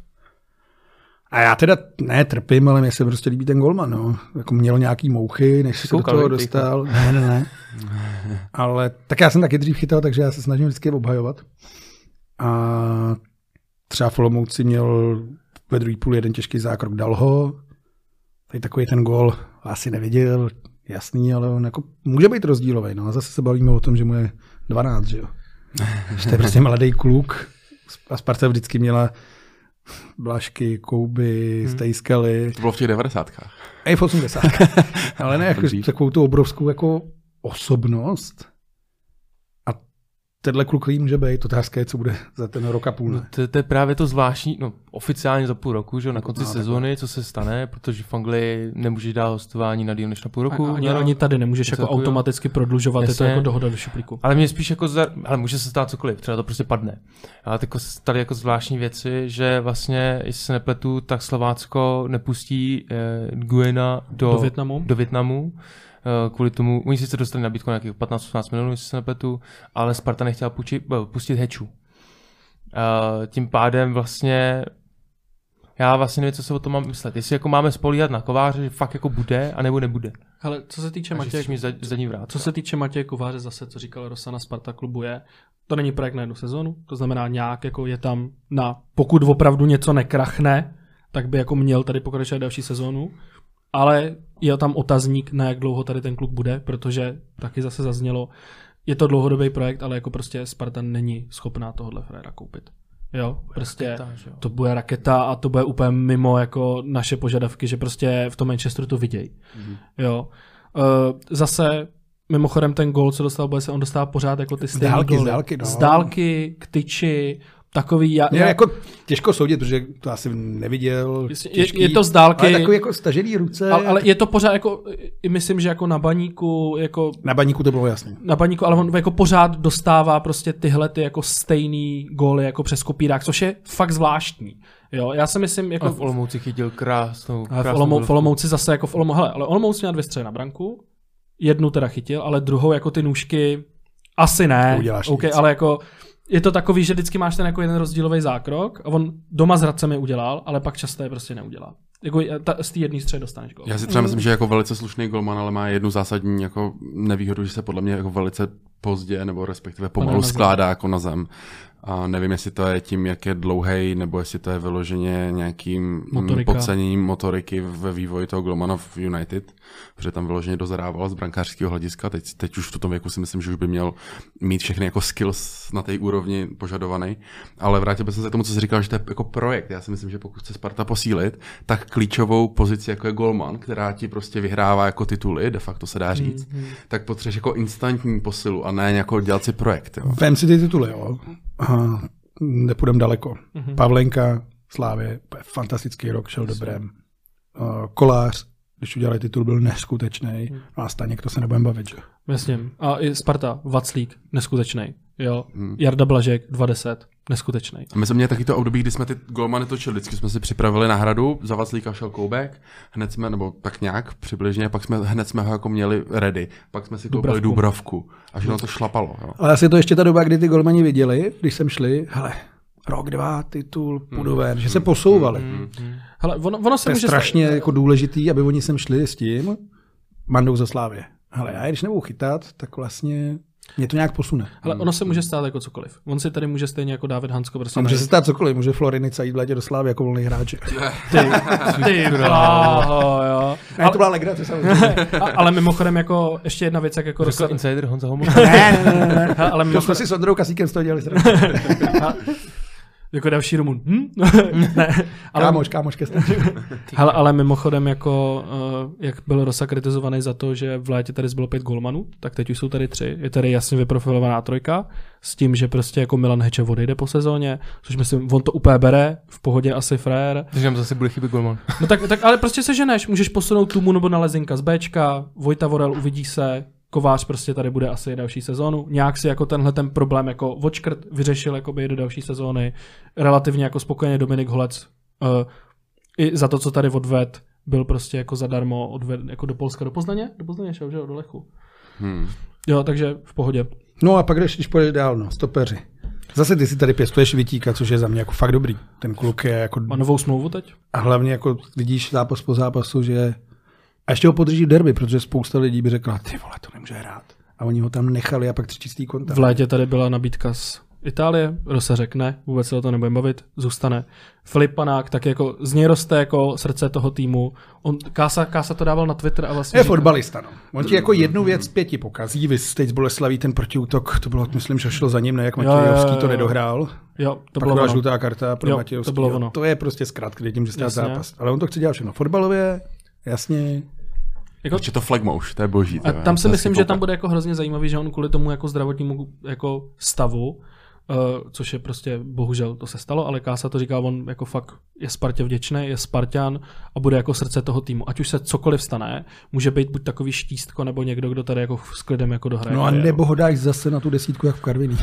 A já teda ne trpím, ale mně se prostě líbí ten golman. No. Jako měl nějaký mouchy, než se do Koukal, toho víš, dostal. Ne, ne, ne. Ale tak já jsem taky dřív chytal, takže já se snažím vždycky obhajovat. A třeba v Olomouci měl ve druhý půl jeden těžký zákrok, dal ho. Tady takový ten gól asi neviděl, jasný, ale on jako může být rozdílový. No. A zase se bavíme o tom, že mu je dvanáct, že jo. Že to je prostě mladý kluk. A Sparta vždycky měla Blažky, Kouby, Hmm. Stejskaly. To bylo v těch devadesátkách. I v osmdesátkách. Ale ne, jako, Dřív. takovou tu obrovskou jako osobnost. A tenhle kluk jí může být. Otázka je, co bude za ten rok a půl. No, Ne? to, to, je právě to zvláštní, no oficiálně za půl roku, že na konci No, no, sezóny, co se stane, protože v Anglii nemůžeš dát hostování na díl než na půl roku. Ani, no. ani tady nemůžeš Něco jako takového. automaticky prodlužovat, je to Jasně. jako dohoda do šuplíku. Ale mě spíš jako, za, ale může se stát cokoliv, třeba to prostě padne. Ale jako tady jako zvláštní věci, že vlastně, jestli se nepletu, tak Slovácko nepustí eh, Guena do, Do Vietnamu. do Vietnamu. Eh, kvůli tomu, oni sice dostali nabídku nějakých patnáct osmnáct milionů, jestli se nepletu, ale Sparta nechtěla půjčit, pustit Heču. Uh, tím pádem vlastně já vlastně nevím, co se o tom mám myslet. Jestli jako máme spolíhat na Kováře, že fakt jako bude, anebo nebude. Hele, co se týče Matěje, mi zadní vrát. Co se týče Matěje Kováře, zase, co říkal Rosa na Sparta klubu, je, to není projekt na jednu sezónu, to znamená nějak jako je tam na, pokud opravdu něco nekrachne, tak by jako měl tady pokračovat další sezónu, ale je tam otazník, na jak dlouho tady ten klub bude, protože taky zase zaznělo, je to dlouhodobý projekt, ale jako prostě Sparta není schopná tohohle fréra koupit. Jo, prostě raketa, to bude raketa a to bude úplně mimo jako naše požadavky, že prostě v tom Manchesteru to vidějí. Mm-hmm. Jo. Uh, zase mimochodem ten gól, co dostal, bude se on dostává pořád jako ty stejné góly. Z dálky, no. Z dálky, k tyči, takový... Já, ne, já... jako těžko soudit, protože to asi neviděl. Těžký, je, je to z dálky. Ale takový jako stažený ruce. Ale, ale je to pořád jako, myslím, že jako na Baníku, jako... Na Baníku to bylo jasné. Na Baníku, ale on jako pořád dostává prostě tyhle ty jako stejný góly jako přes kopírák, což je fakt zvláštní. Jo, já si myslím, jako... A v Olomouci chytil krásnou, krásnou v, Olomou, v Olomouci zase jako v Olomouci, hele, ale Olomouci měl dvě střely na branku, jednu teda chytil, ale druhou jako ty nůžky asi ne. Uděláš okay, ale jako je to takový, že vždycky máš ten jako jeden rozdílový zákrok a on doma s Hradcem je udělal, ale pak často je prostě neudělá. Jako ta, z té jedné střely dostaneš gól. Já si třeba myslím, že jako velice slušný golman, ale má jednu zásadní jako nevýhodu, že se podle mě jako velice pozdě nebo respektive pomalu skládá jako na zem. A nevím, jestli to je tím, jak je dlouhej, nebo jestli to je vyloženě nějakým Motorika. podceněním motoriky ve vývoji toho golmana v United, protože tam vyloženě dozrával z brankářského hlediska. Teď, teď už v tom věku si myslím, že už by měl mít všechny jako skills na té úrovni požadovaný. Ale vrátil bych se k tomu, co jsi říkal, že to je jako projekt. Já si myslím, že pokud chce Sparta posílit, tak klíčovou pozici jako je golman, která ti prostě vyhrává jako tituly, de facto se dá říct, mm-hmm. tak potřebuješ jako instantní posilu a ne nějakou dělat si projekt. Jo. Vem si ty tituly, jo. Aha, nepůjdem daleko. Mm-hmm. Pavlenka, Slávě, fantastický rok, šel dobrém. Uh, Kolář, když udělali titul, byl neskutečný. Mm. No a Staněk, to se nebudeme bavit. Že? Jasně. A i Sparta, Vaclík, neskutečný. Jo. Mm. Jarda Blažek, dvacet, neskutečný. A my jsme měli taky to období, kdy jsme ty golmany točili. Vždycky jsme si připravili na hradu, za Vaclíka šel Koubek, hned jsme, nebo tak nějak přibližně, pak jsme hned jsme ho jako měli ready. Pak jsme si koupili Dubravku. A že na to šlapalo. Jo. Ale asi to ještě ta doba, kdy ty golmani viděli, když jsem šli, hele, rok, dva, titul, půjdu ven, že se posouvali. Hmm. Hmm. Hele, ono, ono se to je může strašně stát... jako důležitý, aby oni sem šli s tím, mandou za Slávě. Hele, já když nebudu chytat, tak vlastně mě to nějak posune. Ale ono se může stát jako cokoliv. On si tady může stejně jako David Hansko. Prostě může se stát cokoliv, může Florinica jít v létě do Slávy jako volný hráč. Ty, ty bláho, jo. Ne, to byla legrace samozřejmě. Ale mimochodem jako ještě jedna věc, jak jako... Řekl insider Honza Homol. Ne, ne, ne, ne. Ale mimochodem... To jsme si s Ondrou Kasíkem z toho dělali srandu. Jako další Rumun. Hm? Ne, ale... Kámoš, kámoš ke stačí. ale, ale mimochodem, jako, uh, jak byl Rosa kritizovaný za to, že v létě tady zbylo pět golmanů, tak teď už jsou tady tři. Je tady jasně vyprofilovaná trojka, s tím, že prostě jako Milan Hečev odejde po sezóně, což myslím, on to úplně bere, v pohodě asi frér. Takže nám zase bude chybět golman. No tak, tak ale prostě se ženeš, můžeš posunout Tumu nebo na Lezinka z Bčka, Vojta Vorel uvidí se, Kovář prostě tady bude asi další sezónu. Nějak si jako tenhle ten problém jako odškrt vyřešil jakoby do další sezóny. Relativně jako spokojeně Dominik Holec. Uh, I za to, co tady odved, byl prostě jako zadarmo odved jako do Polska, do Poznaně? Do Poznaně šel, že jo, do Lechu. Hmm. Jo, takže v pohodě. No a pak když, když půjdeš dál, no, stopeři. Zase ty si tady pěstuješ Vitíka, což je za mě jako fakt dobrý. Ten kluk je jako... Má novou smlouvu teď? A hlavně jako vidíš zápas po zápasu, že a ještě ho podrží v derby, protože spousta lidí by řekla, ty vole, to nemůže hrát. A oni ho tam nechali a pak tři čistý konta. V létě tady byla nabídka z Itálie, Rosa řekne, vůbec se o to nebudeme bavit, zůstane. Filip Panák, tak jako z něj roste jako srdce toho týmu. On, Kása, Kása to dával na Twitter a vlastně... Je fotbalista, no. On ti jako jednu věc pěti pokazí, vy teď z Boleslaví ten protiútok, to bylo, myslím, že šel za ním, ne jak Matějovský to nedohrál. Jo, to pak bylo ono. žlutá karta pro Matějovský. To bylo ono. To je prostě zkrátka, tím, že stát zápas. Ale on to chce dělat všechno fotbalově, jasně. Jako... Ještě to flagmouš, to je boží. A tam si myslím, že tam bude jako hrozně zajímavý, že on kvůli tomu jako zdravotnímu jako stavu, uh, což je prostě, bohužel to se stalo, ale Kása to říká, on jako fakt je Spartě vděčný, je Spartan a bude jako srdce toho týmu. Ať už se cokoliv stane, může být buď takový štístko, nebo někdo, kdo tady jako s klidem jako dohraje. No a nebo ho dáš zase na tu desítku, jak v Karviní.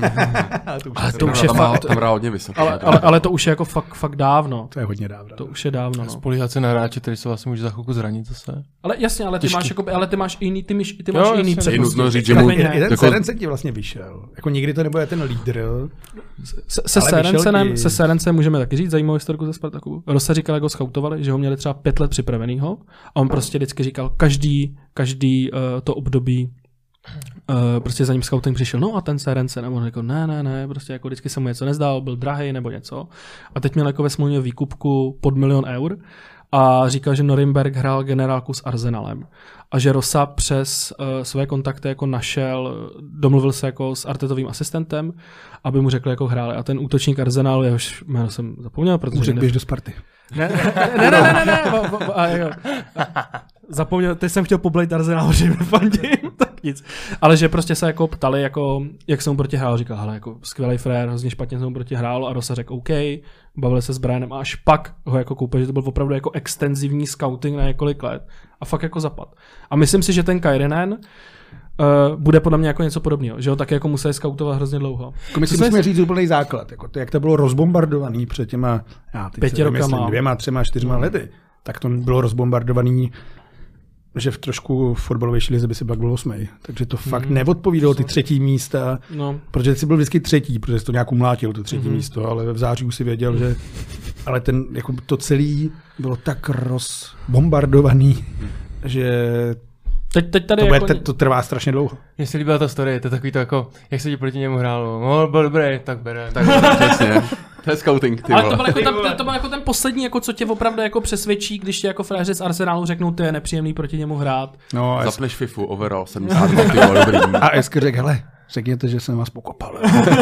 Ale to už je fakt... Tam hodně vysoké. Ale, ale, ale to už je jako fakt, fakt dávno. To je hodně dávno. To už je dávno, no. Spolíhat se na hráče, který se vlastně může za chvilku zranit zase. Ale jasně, ale ty Těžký. máš jako, ale ty máš jiný, ty máš, ty máš jo, jiný přednosti. Říct, že mu jeden jako... Seren se ti vlastně vyšel. Jako nikdy to nebude ten lídr. lídr. Se, se, Serencenem, se Serencem můžeme taky říct zajímavou historiku ze Spartaku. Rosa říkal, jak ho skautovali, že ho měli třeba pět let připravenýho a on prostě vždycky říkal, každý, každý uh, to období uh, prostě za ním scouting přišel, no a ten Serencen, a on řekl, ne, ne, ne, prostě jako vždycky se mu něco nezdál, byl drahej nebo něco. A teď měl jako ve smlouvě výkupku pod milion eur a říkal, že Norimberg hrál generálku s Arsenalem. A že Rosa přes uh, své kontakty jako našel, domluvil se jako s Artetovým asistentem, aby mu řekl, jako hráli. A ten útočník Arsenalu, jehož jméno jsem zapomněl, protože... Může běž do Sparty. Ne, ne, ne, ne, ne, ne, ne. A, a, a, zapomněl, teď jsem chtěl poblejt Arsenal, že mi fandím, tak nic. Ale že prostě se jako ptali, jako, jak jsem mu proti hrál, říkal, hele, jako skvělý frér, hrozně špatně jsem mu proti hrál a Rosa řekl OK, bavili se s Brianem a až pak ho jako koupil, že to byl opravdu jako extenzivní scouting na několik let a fakt jako zapad. A myslím si, že ten Kairinen Uh, bude podle mě jako něco podobného, že ho taky jako museli skautovat hrozně dlouho. Jako my si musíme jsi... říct úplný základ, jako to, jak to bylo rozbombardovaný před těma já, pěti rokama, dvěma, třema, čtyřma no. lety, tak to bylo rozbombardovaný, že v trošku fotbalovější lize by si pak byl osmej. Takže to fakt mm. neodpovídalo ty třetí místa, no. protože jsi byl vždycky třetí, protože jsi to nějak umlátil, to třetí mm. místo, ale v září už si věděl, že ale ten, jako to celý bylo tak rozbombardovaný, že Teď, teď tady to, jako... bude, to trvá strašně dlouho. Mně se líbila ta story, to je takový to jako, jak se ti proti němu hrálo. No, byl dobrý, tak bere. Tak přesně. To je scouting, ty ale to byl, jako ta, to byl jako ten poslední, jako co tě opravdu jako přesvědčí, když ti jako fréři z Arsenalu řeknou, ty je nepříjemný proti němu hrát. No, zapneš FIFU, overall, sedmdesát dva, dobrý. A Esker řekl, hele, řekněte, že jsem vás pokopal.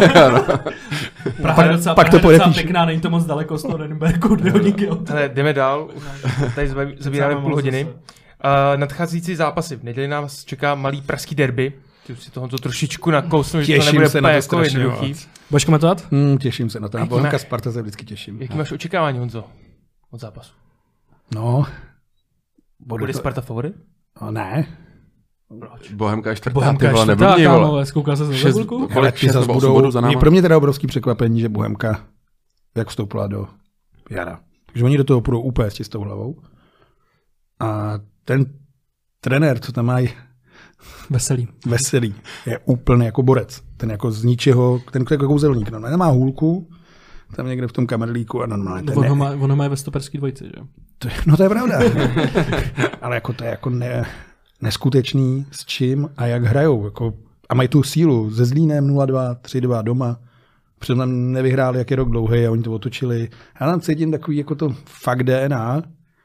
Praha je docela, pak Praha to docela pěkná, není to moc daleko z toho Norimberku, dvě hodinky. Ale jdeme dál, tady zabíráme půl hodiny. Uh, nadcházející zápasy. V neděli nás čeká malý pražský derby. Ty už si toho trošičku nakousnu, že to nebude úplně jako jednoduchý. Budeš komentovat? Hmm, těším se na to. Na Bohemka Sparta se vždycky těším. Jaký máš očekávání, Honzo, od zápasu? No. Bude, bude to... Sparta favorit? No, ne. Proč? Bohemka je čtvrtá, Bohemka je čtvrtá, kámo, zkoukal se z Nebulku? Je pro mě teda obrovský překvapení, že Bohemka jak vstoupila do jara. Takže oni do toho půjdou úplně s čistou hlavou. A ten trenér, co tam mají, Veselý. Veselý, je úplně jako borec. Ten jako z ničeho, ten jako kouzelník. No, nemá hůlku, tam někde v tom kamerlíku a normálně. No, ono, má, ono má ve stoperský dvojci, že? To je, no to je pravda. Ale jako to je jako ne, neskutečný s čím a jak hrajou. Jako, a mají tu sílu se Zlínem nula dva, tři dva doma. Přitom tam nevyhráli, jak je rok dlouhý a oni to otočili. Já tam cítím takový jako to fakt D N A.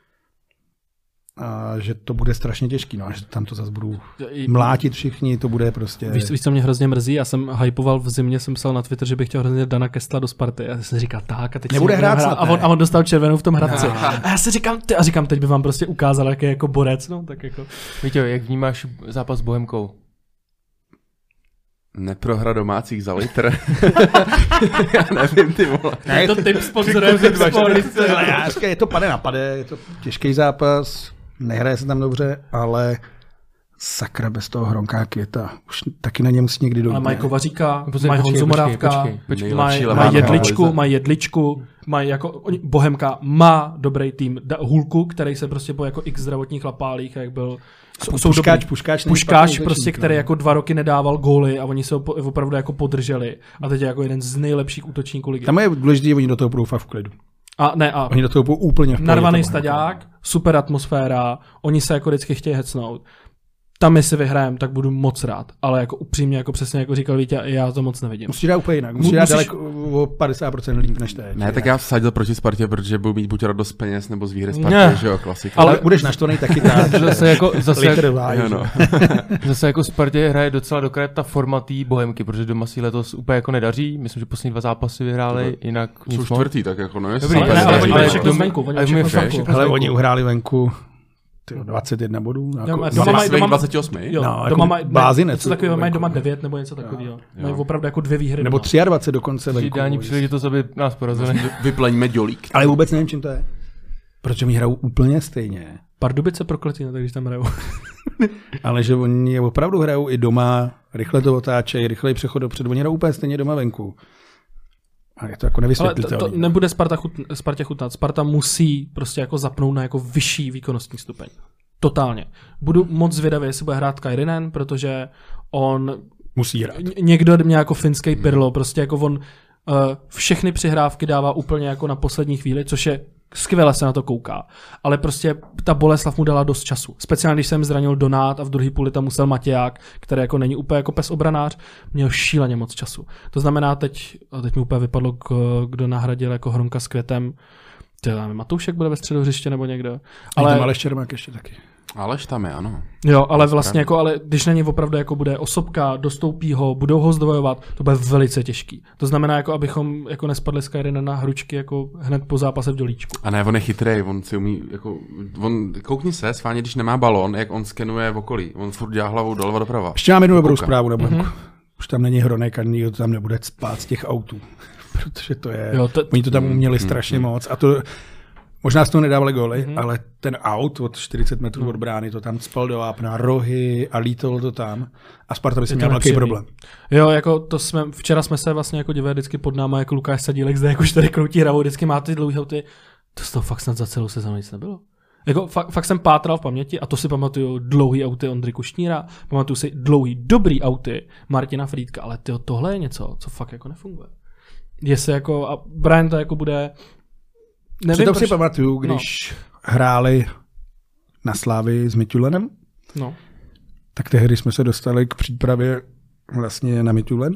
A že to bude strašně těžký, no, že tam to zase budou mlátit všichni, to bude prostě... Víš, víš, co mě hrozně mrzí? Já jsem hypoval v zimě, jsem psal na Twitter, že bych chtěl hrozně Dana Kestla do Sparty. A já jsem říkal, tak a teď nebude hrát, hrát. A, on, a on dostal červenou v tom Hradci. A já si říkám, ty, a říkám, teď by vám prostě ukázal, jak je jako borec, no, tak jako... Víte, jak vnímáš zápas s Bohemkou? Neprohra domácích za litr. Já nevím, ty vole. Ne, je to typ sponzorem, typ je to pade na pade, je to těžký zápas, nehraje se tam dobře, ale sakra bez toho Hronka Květa. Už taky na ně musí někdy dojít. Ale mají Kovaříka, mají Honzu Morávka, mají maj jedličku, mají jedličku, mají jako, oni, Bohemka má dobrý tým, da, Hulku, který se prostě po jako x zdravotních lapálích, jak byl Jsou, jsou puškáč, dobrý. puškáč, puškáč prostě, který jako dva roky nedával góly a oni se opravdu jako podrželi. A teď je jako jeden z nejlepších útočníků ligy. Tam je důležité, že oni do toho budou fakt v klidu. A ne, a oni do toho budou úplně v klidu. Narvaný staďák, super atmosféra, oni se jako vždycky chtějí hecnout. Tam, jestli vyhrajeme, tak budu moc rád. Ale jako upřímně, jako přesně jako říkal Vítě, já to moc nevidím. Musíš dát úplně jinak. Musíš dát daleko o padesát procent líp než teď. Ne, tak já vsadil proti Spartě, protože budu mít buď radost peněz, nebo z výhry Spartě, že jo, klasika. Ale budeš naštvaný taky tak. Zase jako, zase, jak, no. zase jako Spartě hraje docela dokrát ta forma té Bohemky, protože doma si letos úplně jako nedaří. Myslím, že poslední dva zápasy vyhráli, jinak jsou čtvrtý, tak jako no. Dobrý, ale oni uhráli venku. dvacet jedna bodů. Jako, doma mají doma dvacet osm. Jo, no, doma mají blázinec. Co takového mají doma devět nebo něco takového. Mají opravdu jako dvě výhry. Nebo dvacet tři dokonce venku. Ideální příležitost, aby nás porazili. Vypleňme dělík. Ale vůbec nevím, čím to je. Protože oni hrajou úplně stejně. Pardubice prokletí, tak když tam hrajou. Ale že oni opravdu hrajou i doma, rychle to otáčejí, rychlej přechod dopředu. Oni hrajou úplně stejně doma venku. A je to jako nevysvětlitelné. Ale to, to nebude Sparta chut, Spartě chutnat. Sparta musí prostě jako zapnout na jako vyšší výkonnostní stupeň. Totálně. Budu moc zvědavý, jestli bude hrát Kairinen, protože on Musí hrát. Ně- někdo mě jako finský Pirlo, prostě jako on uh, všechny přihrávky dává úplně jako na poslední chvíli, což je skvěle se na to kouká. Ale prostě ta Boleslav mu dala dost času. Speciálně, když jsem zranil Donát a v druhé půli tam musel Matěják, který jako není úplně jako pes obranář, měl šíleně moc času. To znamená teď, teď mi úplně vypadlo, kdo nahradil jako Hronka s Květem. Nevím, Matoušek bude ve středu hřiště nebo někdo. Ale Aleš Čermák ještě taky. Aleš tam je, ano. Jo, ale vlastně jako, ale když na něj opravdu jako bude Osobka, dostoupí ho, budou ho zdvojovat, to bude velice těžký. To znamená, jako abychom jako nespadli z Kajrina na hručky jako hned po zápase v dolíčku. A ne, on je chytrej, on si umí, jako, on, koukni se, schválně, když nemá balón, jak on skenuje v okolí. On furt dělá hlavou doleva doprava. Ještě mám jednu dobrou zprávu, nebo mm-hmm. Už tam není Hronek a nikdo to tam nebude spát z těch autů. Protože to je, jo, to... oni to tam uměli mm, strašně mm, moc a to... Možná z toho nedávali góly, mm-hmm. ale ten aut od čtyřicet metrů od brány to tam spal do vápna, rohy a lítalo to tam a Sparta by si měl velký problém. Jo, jako to jsme, včera jsme se vlastně jako divili vždycky pod náma, jako Lukáš Sadílek zde jako čtyři kroutí hravou, vždycky má ty dlouhé auty. To z toho fakt snad za celou sezónu nic nebylo. Jako fakt, fakt jsem pátral v paměti a to si pamatuju dlouhý auty Ondry Kušníra, pamatuju si dlouhý dobrý auty Martina Frýdka, ale tyjo, tohle je něco, co fakt jako nefunguje. Jestli jako, a Brian to jako bude... Nevím, proč... si pamatuju, když no. hráli na Slávii s Mitulenem, no. tak tehdy jsme se dostali k přípravě vlastně na Mitulen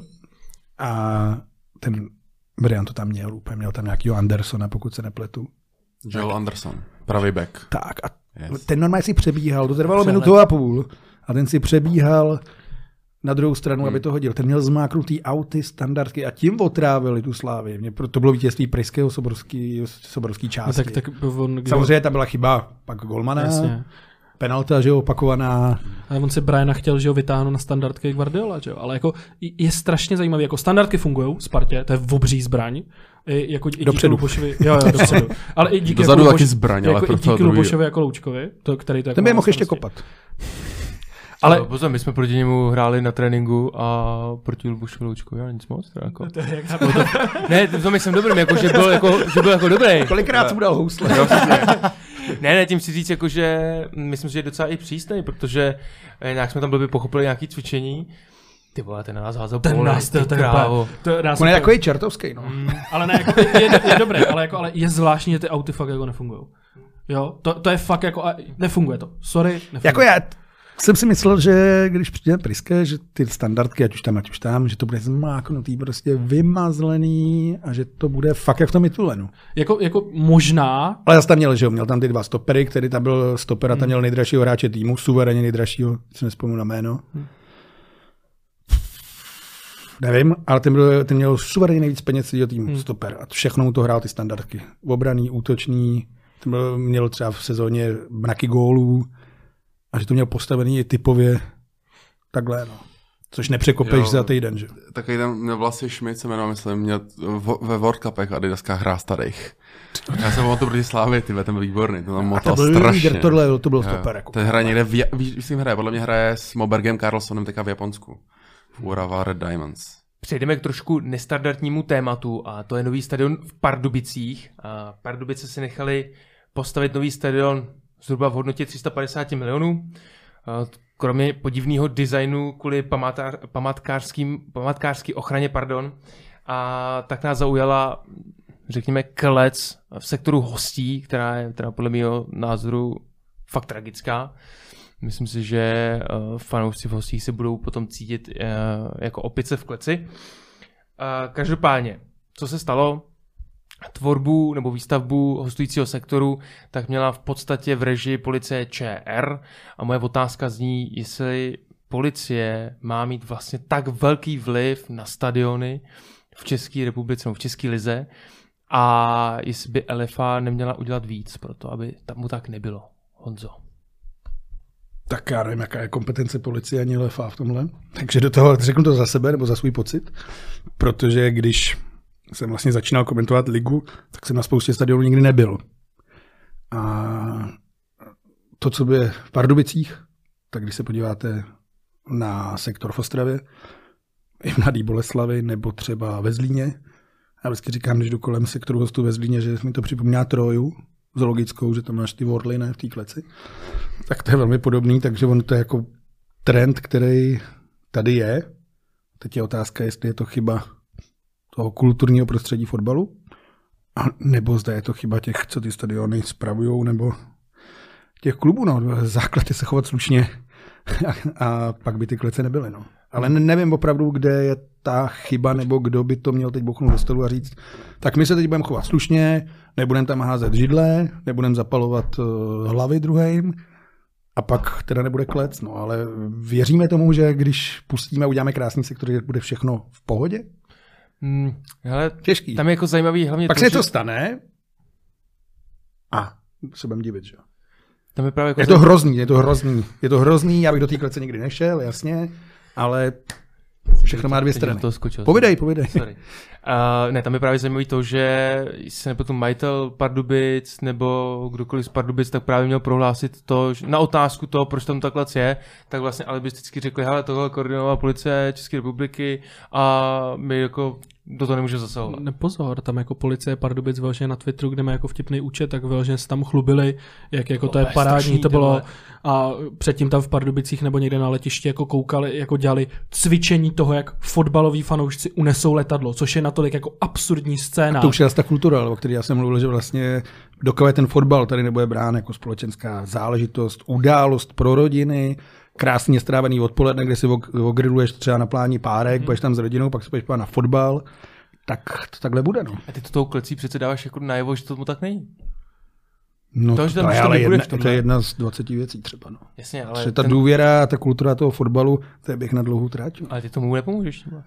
a ten Brian to tam měl úplně, měl tam nějakýho Andersona, pokud se nepletu. Joel Anderson, pravý back. Tak a yes. ten normálně si přebíhal, to trvalo minutu a půl a ten si přebíhal na druhou stranu, hmm. aby to hodil. Ten měl zmáknutý auty, standardky a tím otrávili tu Slávy. Mě to bylo vítězství pražského soborský, soborský části. No, tak, tak on, kdo... Samozřejmě tam byla chyba pak golmana, Jasně. penalta, že jo, opakovaná. Ale on si Briana chtěl, že ho vytáhnout na standardky Guardiola, že jo. Ale jako je strašně zajímavý, jako standardky fungují v Spartě, to je obří zbraň. I, jako, i díky Lubošovi, jo, jo, dopředu. Ale i díky Dozadu jako taky zbraň, ale jako pro i díky Lubošovi jako Loučkovi, to, který to jako ten by mohl ještě kopat. Ale pozor, my jsme proti němu hráli na tréninku a proti Lubošovi Loučkovi, ale nic moc. Jako. To je jak to, ne, to myslím dobrým, jako, že, byl jako, že byl jako dobrý. Kolikrát mu dal housle. ne, ne, tím si říct, jako, že myslím, že je docela i přísnej, protože nějak jsme tam byli pochopili nějaké cvičení. Ty vole, ten na nás házel ten pole, nás, ty to, krávo. To, to, On je takový čertovský, no. Mm, ale ne, jako, je, je dobré, ale, jako, ale je zvláštní, že ty auty fakt jako nefungují. Jo, to, to je fakt jako, nefunguje to. Sorry, nefunguje. Jako já jsem si myslel, že když přijde Priske, že ty standardky, ať už tam, ať už tam, že to bude zmáknutý, prostě vymazlený a že to bude fakt jak v tom Mitulenu. Jako, jako možná. Ale zase tam měl, že jo, měl tam ty dva stopery, který tam byl stoper a tam měl nejdražšího hráče týmu, suverénně nejdražšího, si nespomínám na jméno. Hmm. Nevím, ale ten, byl, ten měl suverénně nejvíc peněz celého týmu, hmm. stoper a všechno mu to hrál ty standardky. Obraný, útočný, ten byl, měl třeba v sezóně mraky gólů, a že to měl postavený i typově takhle, no. Což nepřekopeš jo, za týden, že? Takový tam měl vlastně Šmit, se jmenoval, myslím, měl ve World Cupech Adidaskách hrá starých. Já jsem to proti Slávě, tyhle, ten byl výborný, to tam motal strašně. Líder, tohle, to byl stoper. Jako. Ten hraje někde, v, víš, s tím hraje, podle mě hraje s Mobergem Carlsonem teďka v Japonsku. V Urawa Red Diamonds. Přejdeme k trošku nestandardnímu tématu a to je nový stadion v Pardubicích. A Pardubice si nechali postavit nový stadion zhruba v hodnotě tři sta padesát milionů. Kromě podivného designu kvůli památkářským, památkářský ochraně, pardon. A tak nás zaujala, řekněme, klec v sektoru hostí, která je která podle mého názoru fakt tragická. Myslím si, že fanoušci v hostích se budou potom cítit jako opice v kleci. Každopádně, co se stalo? Tvorbu nebo výstavbu hostujícího sektoru tak měla v podstatě v režii policie ČR a moje otázka zní, jestli policie má mít vlastně tak velký vliv na stadiony v České republice nebo v České lize a jestli by L F A neměla udělat víc pro to, aby tam tak nebylo. Honzo. Tak já nevím, jaká je kompetence policie ani L F A v tomhle. Takže do toho řeknu to za sebe nebo za svůj pocit, protože když jsem vlastně začínal komentovat ligu, tak jsem na spoustě stadionů nikdy nebyl. A to, co je v Pardubicích, tak když se podíváte na sektor v Ostravě, i v Mladý Boleslavi, nebo třeba ve Zlíně, já vždycky říkám, když jdu kolem sektoru hostů ve Zlíně, že mi to připomíná Troju, zoologickou, že tam máš ty orly, ne, v té kleci, tak to je velmi podobný, takže on to je jako trend, který tady je Teď je otázka, jestli je to chyba toho kulturního prostředí fotbalu, a nebo zda je to chyba těch, co ty stadiony spravujou, nebo těch klubů. No. Základ je se chovat slušně a, a pak by ty klece nebyly. No. Ale nevím opravdu, kde je ta chyba, nebo kdo by to měl teď bouchnout do stolu a říct, tak my se teď budeme chovat slušně, nebudeme tam házet židle, nebudeme zapalovat uh, hlavy druhým a pak teda nebude klec. No, ale věříme tomu, že když pustíme a uděláme krásný sektor, že bude všechno v pohodě? Hmm, hele, těžký. Tam je jako zajímavý hlavně pak to, se že... to stane a se budeme divit, že jo. Tam je, právě jako je to hrozný, je to hrozný. Je to hrozný, já bych do té klece nikdy nešel, jasně, ale všechno má dvě strany. Povídej, povídej. Sorry. Uh, ne, tam je právě zajímavý to, že se nepotům majitel Pardubic nebo kdokoliv z Pardubic, tak právě měl prohlásit to, že na otázku toho, proč tam takhle je, tak vlastně alibisticky řekli, hele, tohle koordinovala policie České republiky a my jako do toho nemůžeme zasahovat. Nepozor, tam jako policie Pardubic vyloženě na Twitteru, kde má jako vtipný účet, tak vyloženě se tam chlubili, jak jako to, to je parádní, strašný, to bylo a předtím tam v Pardubicích nebo někde na letišti jako koukali, jako dělali cvičení toho, jak fotbaloví fanoušci unesou letadlo, což je natolik jako absurdní scéna. A to už je ta kultura, o které já jsem mluvil, že vlastně dokud ten fotbal tady nebude brán jako společenská záležitost, událost pro rodiny, krásně strávený odpoledne, kde si ogriluješ třeba na pláni párek, hmm. budeš tam s rodinou, pak se půjdeš na fotbal, tak to takhle bude. No. A ty to tou klecí přece dáváš jako najevo, že to tomu tak není. No to, to, je, ale jedna, to je jedna z dvaceti věcí třeba. No. Jasně, ale že ta ten... důvěra, ta kultura toho fotbalu, to je běh na dlouhou tráť. Ale ty tomu nepomůžeš. Nebo?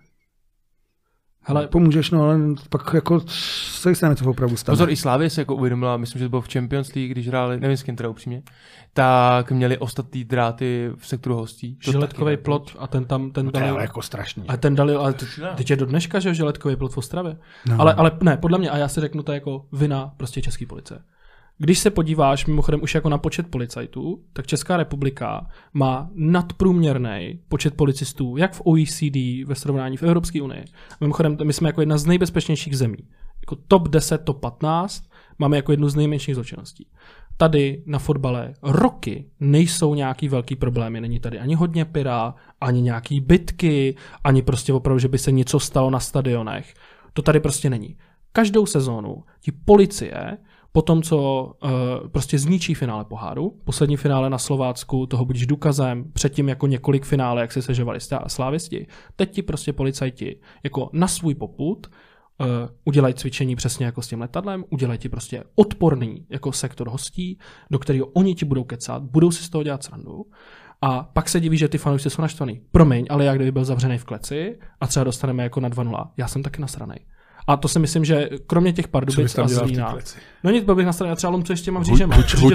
Hele, pomůžeš, no, ale pak jako co se něco opravdu stane. Pozor, i Slávě se jako uvědomila, myslím, že to bylo v Champions League, když hráli, nevím s kým teda upřímně, tak měli ostatní dráty v sektoru hostí. Žiletkový plot a ten tam, ten no, dali... To je jako strašný. A ten dali, ale teď je do dneška, že žiletkový plot v Ostravě. No. Ale, ale ne, podle mě, a já si řeknu, to je jako vina prostě české policie. Když se podíváš mimochodem už jako na počet policajtů, tak Česká republika má nadprůměrný počet policistů, jak v O E C D, ve srovnání v Evropské unii. Mimochodem, my jsme jako jedna z nejbezpečnějších zemí. Jako top deset, top patnáct máme jako jednu z nejmenších zločinností. Tady na fotbale roky nejsou nějaký velký problémy. Není tady ani hodně pyra, ani nějaký bitky, ani prostě opravdu, že by se něco stalo na stadionech. To tady prostě není. Každou sezónu ti policie po tom, co uh, prostě zničí finále poháru, poslední finále na Slovácku, toho budíš důkazem, předtím jako několik finále, jak se sežovali slávisti, teď ti prostě policajti jako na svůj popud uh, udělají cvičení přesně jako s tím letadlem, udělají ti prostě odporný jako sektor hostí, do kterého oni ti budou kecat, budou si z toho dělat srandu. A pak se diví, že ty fanoušci jsou naštvaný. Promiň, ale já kdyby byl zavřený v kleci a třeba dostaneme jako na dva nula, já jsem taky nasranej. A to si myslím, že kromě těch Pardubic a Zlína. No nic, byl bych na straně, třeba lomcu ještě mám řížema.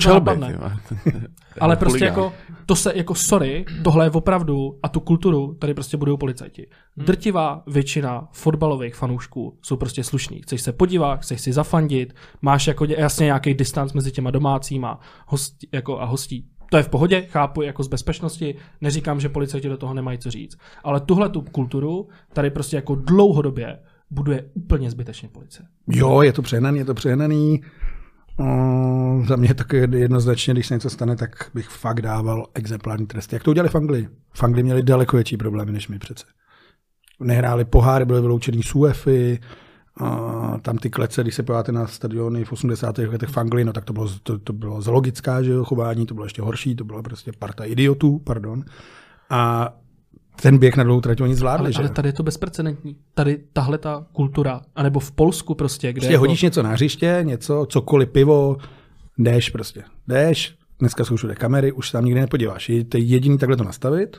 Ale prostě jako, to se jako sorry, tohle je opravdu a tu kulturu tady prostě budou policajti. Hmm. Drtivá většina fotbalových fanoušků jsou prostě slušní. Chceš se podívat, chceš si zafandit, máš jako jasně nějaký distanc mezi těma domácíma hostí, jako a hostí. To je v pohodě, chápu jako z bezpečnosti, neříkám, že policajti do toho nemají co říct. Ale tuhle tu kulturu tady prostě jako dlouhodobě buduje úplně zbytečně policie. Jo, je to přehnaný, je to přehnaný. O, za mě taky jednoznačně, když se něco stane, tak bych fakt dával exemplární tresty. Jak to udělali v Anglii? V Anglii měli daleko větší problémy než my přece. Nehráli poháry, byly vyloučený z U E F I, a tam ty klece, když se podíváte na stadiony v osmdesátých letech v Anglii, no tak to bylo, to, to bylo zoologická, že jo, chování, to bylo ještě horší, to byla prostě parta idiotů, pardon. A ten běh na dlouhou trať oni zvládli, ale, že? Ale tady je to bezprecedentní. Tady tahle ta kultura, anebo v Polsku prostě, kde... Prostě jako... hodíš něco na hřiště, něco, cokoliv, pivo, jdeš prostě. Jdeš, dneska jsou všude kamery, už se tam nikdy nepodíváš. To je jediný takhle to nastavit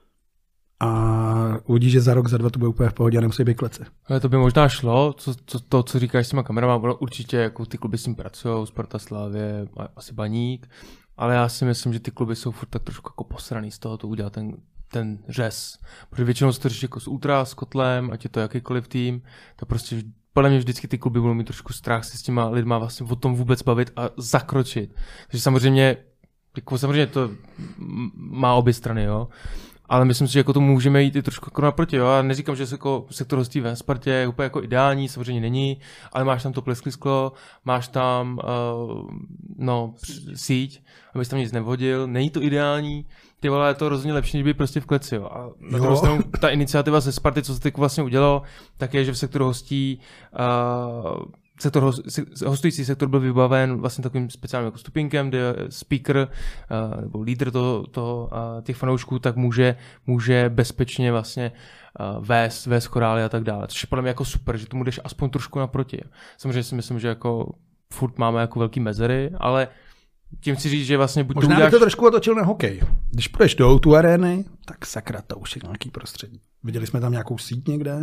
a uvidíš, že za rok, za dva to bude úplně v pohodě a nemusí být klece. Ale to by možná šlo, co, co, to, co říkáš s těma kamerama, určitě jako ty kluby s tím pracují, Sparta, Slavie, asi Baník, ale já si myslím, že ty kluby jsou furt tak trošku jako posraný z toho, to udělat ten ten řez. Protože většinou se to řeší jako s Ultra, s Kotlem, ať je to jakýkoliv tým, tak prostě podle mě vždycky ty kluby budou mít trošku strach se s těma lidma vlastně o tom vůbec bavit a zakročit. Takže samozřejmě, jako samozřejmě to má obě strany, jo. ale myslím si, že jako to můžeme jít i trošku jako naproti. Jo? Já neříkám, že se jako sektor hostí ve Spartě je úplně jako ideální, samozřejmě není, ale máš tam to pleskli sklo, máš tam uh, no, síť, abys tam nic nevhodil, není to ideální, ty vole, je to rozhodně lepší, než by prostě v kleci. Jo? A na druhou stranu ta iniciativa ze Sparty, co se teď vlastně udělalo, tak je, že v sektoru hostí uh, sektor, hostující sektor byl vybaven vlastně takovým speciálním jako stupinkem, kde speaker uh, nebo lídr toho, toho, uh, těch fanoušků tak může, může bezpečně vlastně uh, vést, vést chorály a tak dále. Což je podle mě jako super, že tomu jdeš aspoň trošku naproti. Samozřejmě si myslím, že jako furt máme jako velký mezery, ale tím chci říct, že vlastně buď možná to uděláš... bych to trošku otočil na hokej. Když půjdeš do ó dva arény, tak sakra, to už je nějaký prostředí. Viděli jsme tam nějakou síť někde?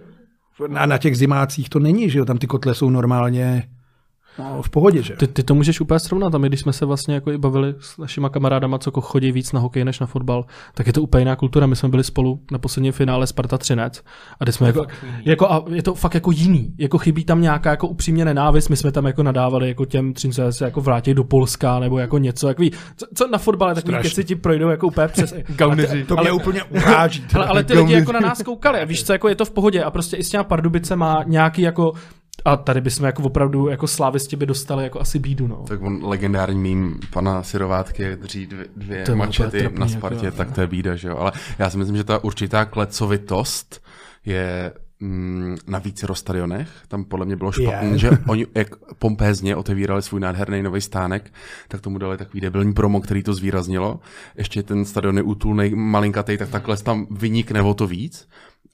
Na, na těch zimácích to není, že jo, tam ty kotle jsou normálně no, v pohodě, že jo. Ty, ty to můžeš úplně srovnat, tam, když jsme se vlastně jako i bavili s našima kamarádama, co chodí víc na hokej než na fotbal, tak je to úplně jiná kultura. My jsme byli spolu na posledním finále Sparta Třinec a jsme jako, jako, a je to fakt jako jiný, jako chybí tam nějaká jako upřímně nenávist, my jsme tam jako nadávali jako těm Třince se jako vrátí do Polska nebo jako něco, jako ví, co, co na fotbale takový keci ti projdou jako úplně přes Gauneři. To mě ale, úplně uráží. Ale, ale ty lidi jako na nás koukali a víš co, jako je to v pohodě a prostě i s těma Pardubice má nějaký jako a tady bychom jako opravdu jako slávisti by dostali jako asi bídu, no. Tak on legendární mým pana Syrovátky, jak drží dvě, dvě mačety na Spartě, jako, tak to je bída, že jo. Ale já si myslím, že ta určitá klecovitost je mm, na více stadionech. Tam podle mě bylo špatný, yeah. že oni jak pompézně otevírali svůj nádherný nový stánek, tak tomu dali takový debilní promo, který to zvýraznilo. Ještě ten stadion je útulnej, malinkatej, tak takhle tam vynikne o to víc.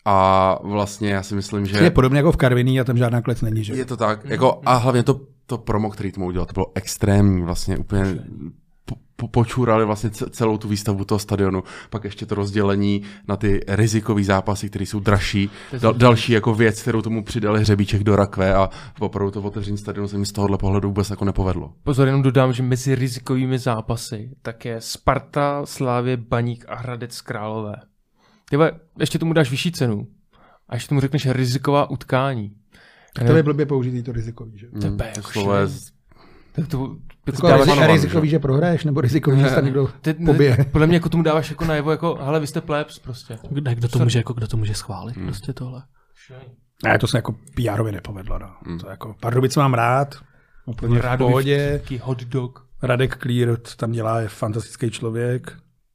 A vlastně já si myslím, že... Je podobně jako v Karviní a tam žádná klec není, že? Je to tak. Jako, a hlavně to, to promo, který tomu udělal, to bylo extrémní. Vlastně úplně po, po, počůrali vlastně celou tu výstavbu toho stadionu. Pak ještě to rozdělení na ty rizikové zápasy, které jsou dražší. Dal, další jako věc, kterou tomu přidali hřebíček do rakve a opravdu to otevření stadionu se mi z tohohle pohledu vůbec jako nepovedlo. Pozor, jenom dodám, že mezi rizikovými zápasy tak je Sparta, Slavie, Baník a Hradec Králové. Tyhle, ještě tomu dáš vyšší cenu a ještě tomu řekneš riziková utkání. Tak to je blbě použitý to rizikový, že? Mm, to je jako z... tak to, jako dáváš rizikový, že? že prohraješ, nebo rizikový, že se někdo pobije? Podle mě jako tomu dáváš jako najevo, jako, hele, vy jste plebs prostě. Kdo, kdo, to, může, jako, kdo to může schválit, hmm. prostě tohle? Ne, to se jako P R ově nepovedlo, no. Hmm. To jako Pardubice mám rád, úplně v pohodě. Hot dog. Radek Klírt tam dělá, je fantastický člověk.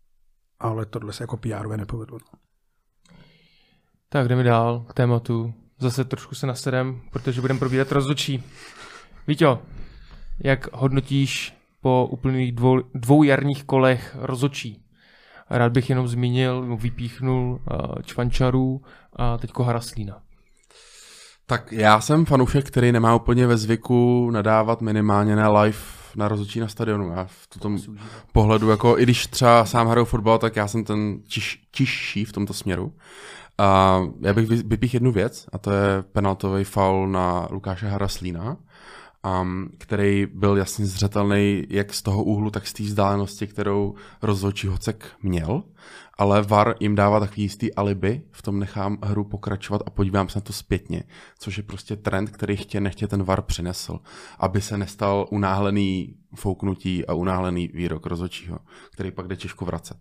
Ale tohle se jako P R ově nepovedlo. Tak jdeme dál k tématu. Zase trošku se nasedem, protože budeme probírat rozhodčí. Víťo, jak hodnotíš po uplynulých dvou, dvou jarních kolech rozhodčí? Rád bych jenom zmínil, vypíchnul uh, Čvančaru a teďko Haraslína. Tak já jsem fanoušek, který nemá úplně ve zvyku nadávat minimálně na live na rozhodčí na stadionu. Já v tom pohledu, jako i když třeba sám hraju fotbal, tak já jsem ten tiš, tižší v tomto směru. A já bych vypích jednu věc, a to je penaltový faul na Lukáše Haraslína, um, který byl jasně zřetelný jak z toho úhlu, tak z té vzdálenosti, kterou rozhodčí Hocek měl. Ale V A R jim dává takový jistý alibi, v tom nechám hru pokračovat a podívám se na to zpětně, což je prostě trend, který chtě nechtě ten V A R přinesl, aby se nestal unáhlený fouknutí a unáhlený výrok rozhodčího, který pak jde těžko vracet.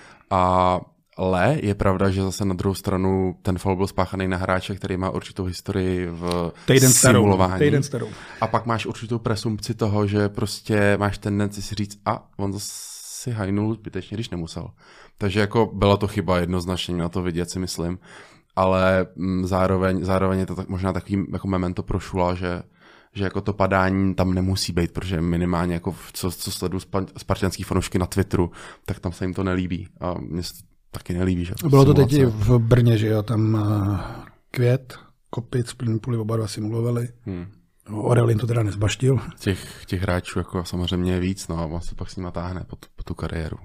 A ale je pravda, že zase na druhou stranu ten foul byl spáchaný na hráče, který má určitou historii v týden simulování. Starou, týden starou. A pak máš určitou presumpci toho, že prostě máš tendenci si říct, a on si hajnul zbytečně, když nemusel. Takže jako byla to chyba jednoznačně na to vidět, si myslím. Ale zároveň, zároveň je to tak, možná takový jako memento pro Šula, že že jako to padání tam nemusí být, protože minimálně jako co, co sleduju spartanský fanoušky na Twitteru, tak tam se jim to nelíbí. A mně se taky nelíbí, že? Bylo to teď v Brně, že jo, tam uh, Květ, Kopic, Plynpuli oba dva simulovali. Hmm. Orelin to teda nezbaštil. Těch, těch hráčů jako samozřejmě je víc, no a on se pak s ním natáhne po, po tu kariéru.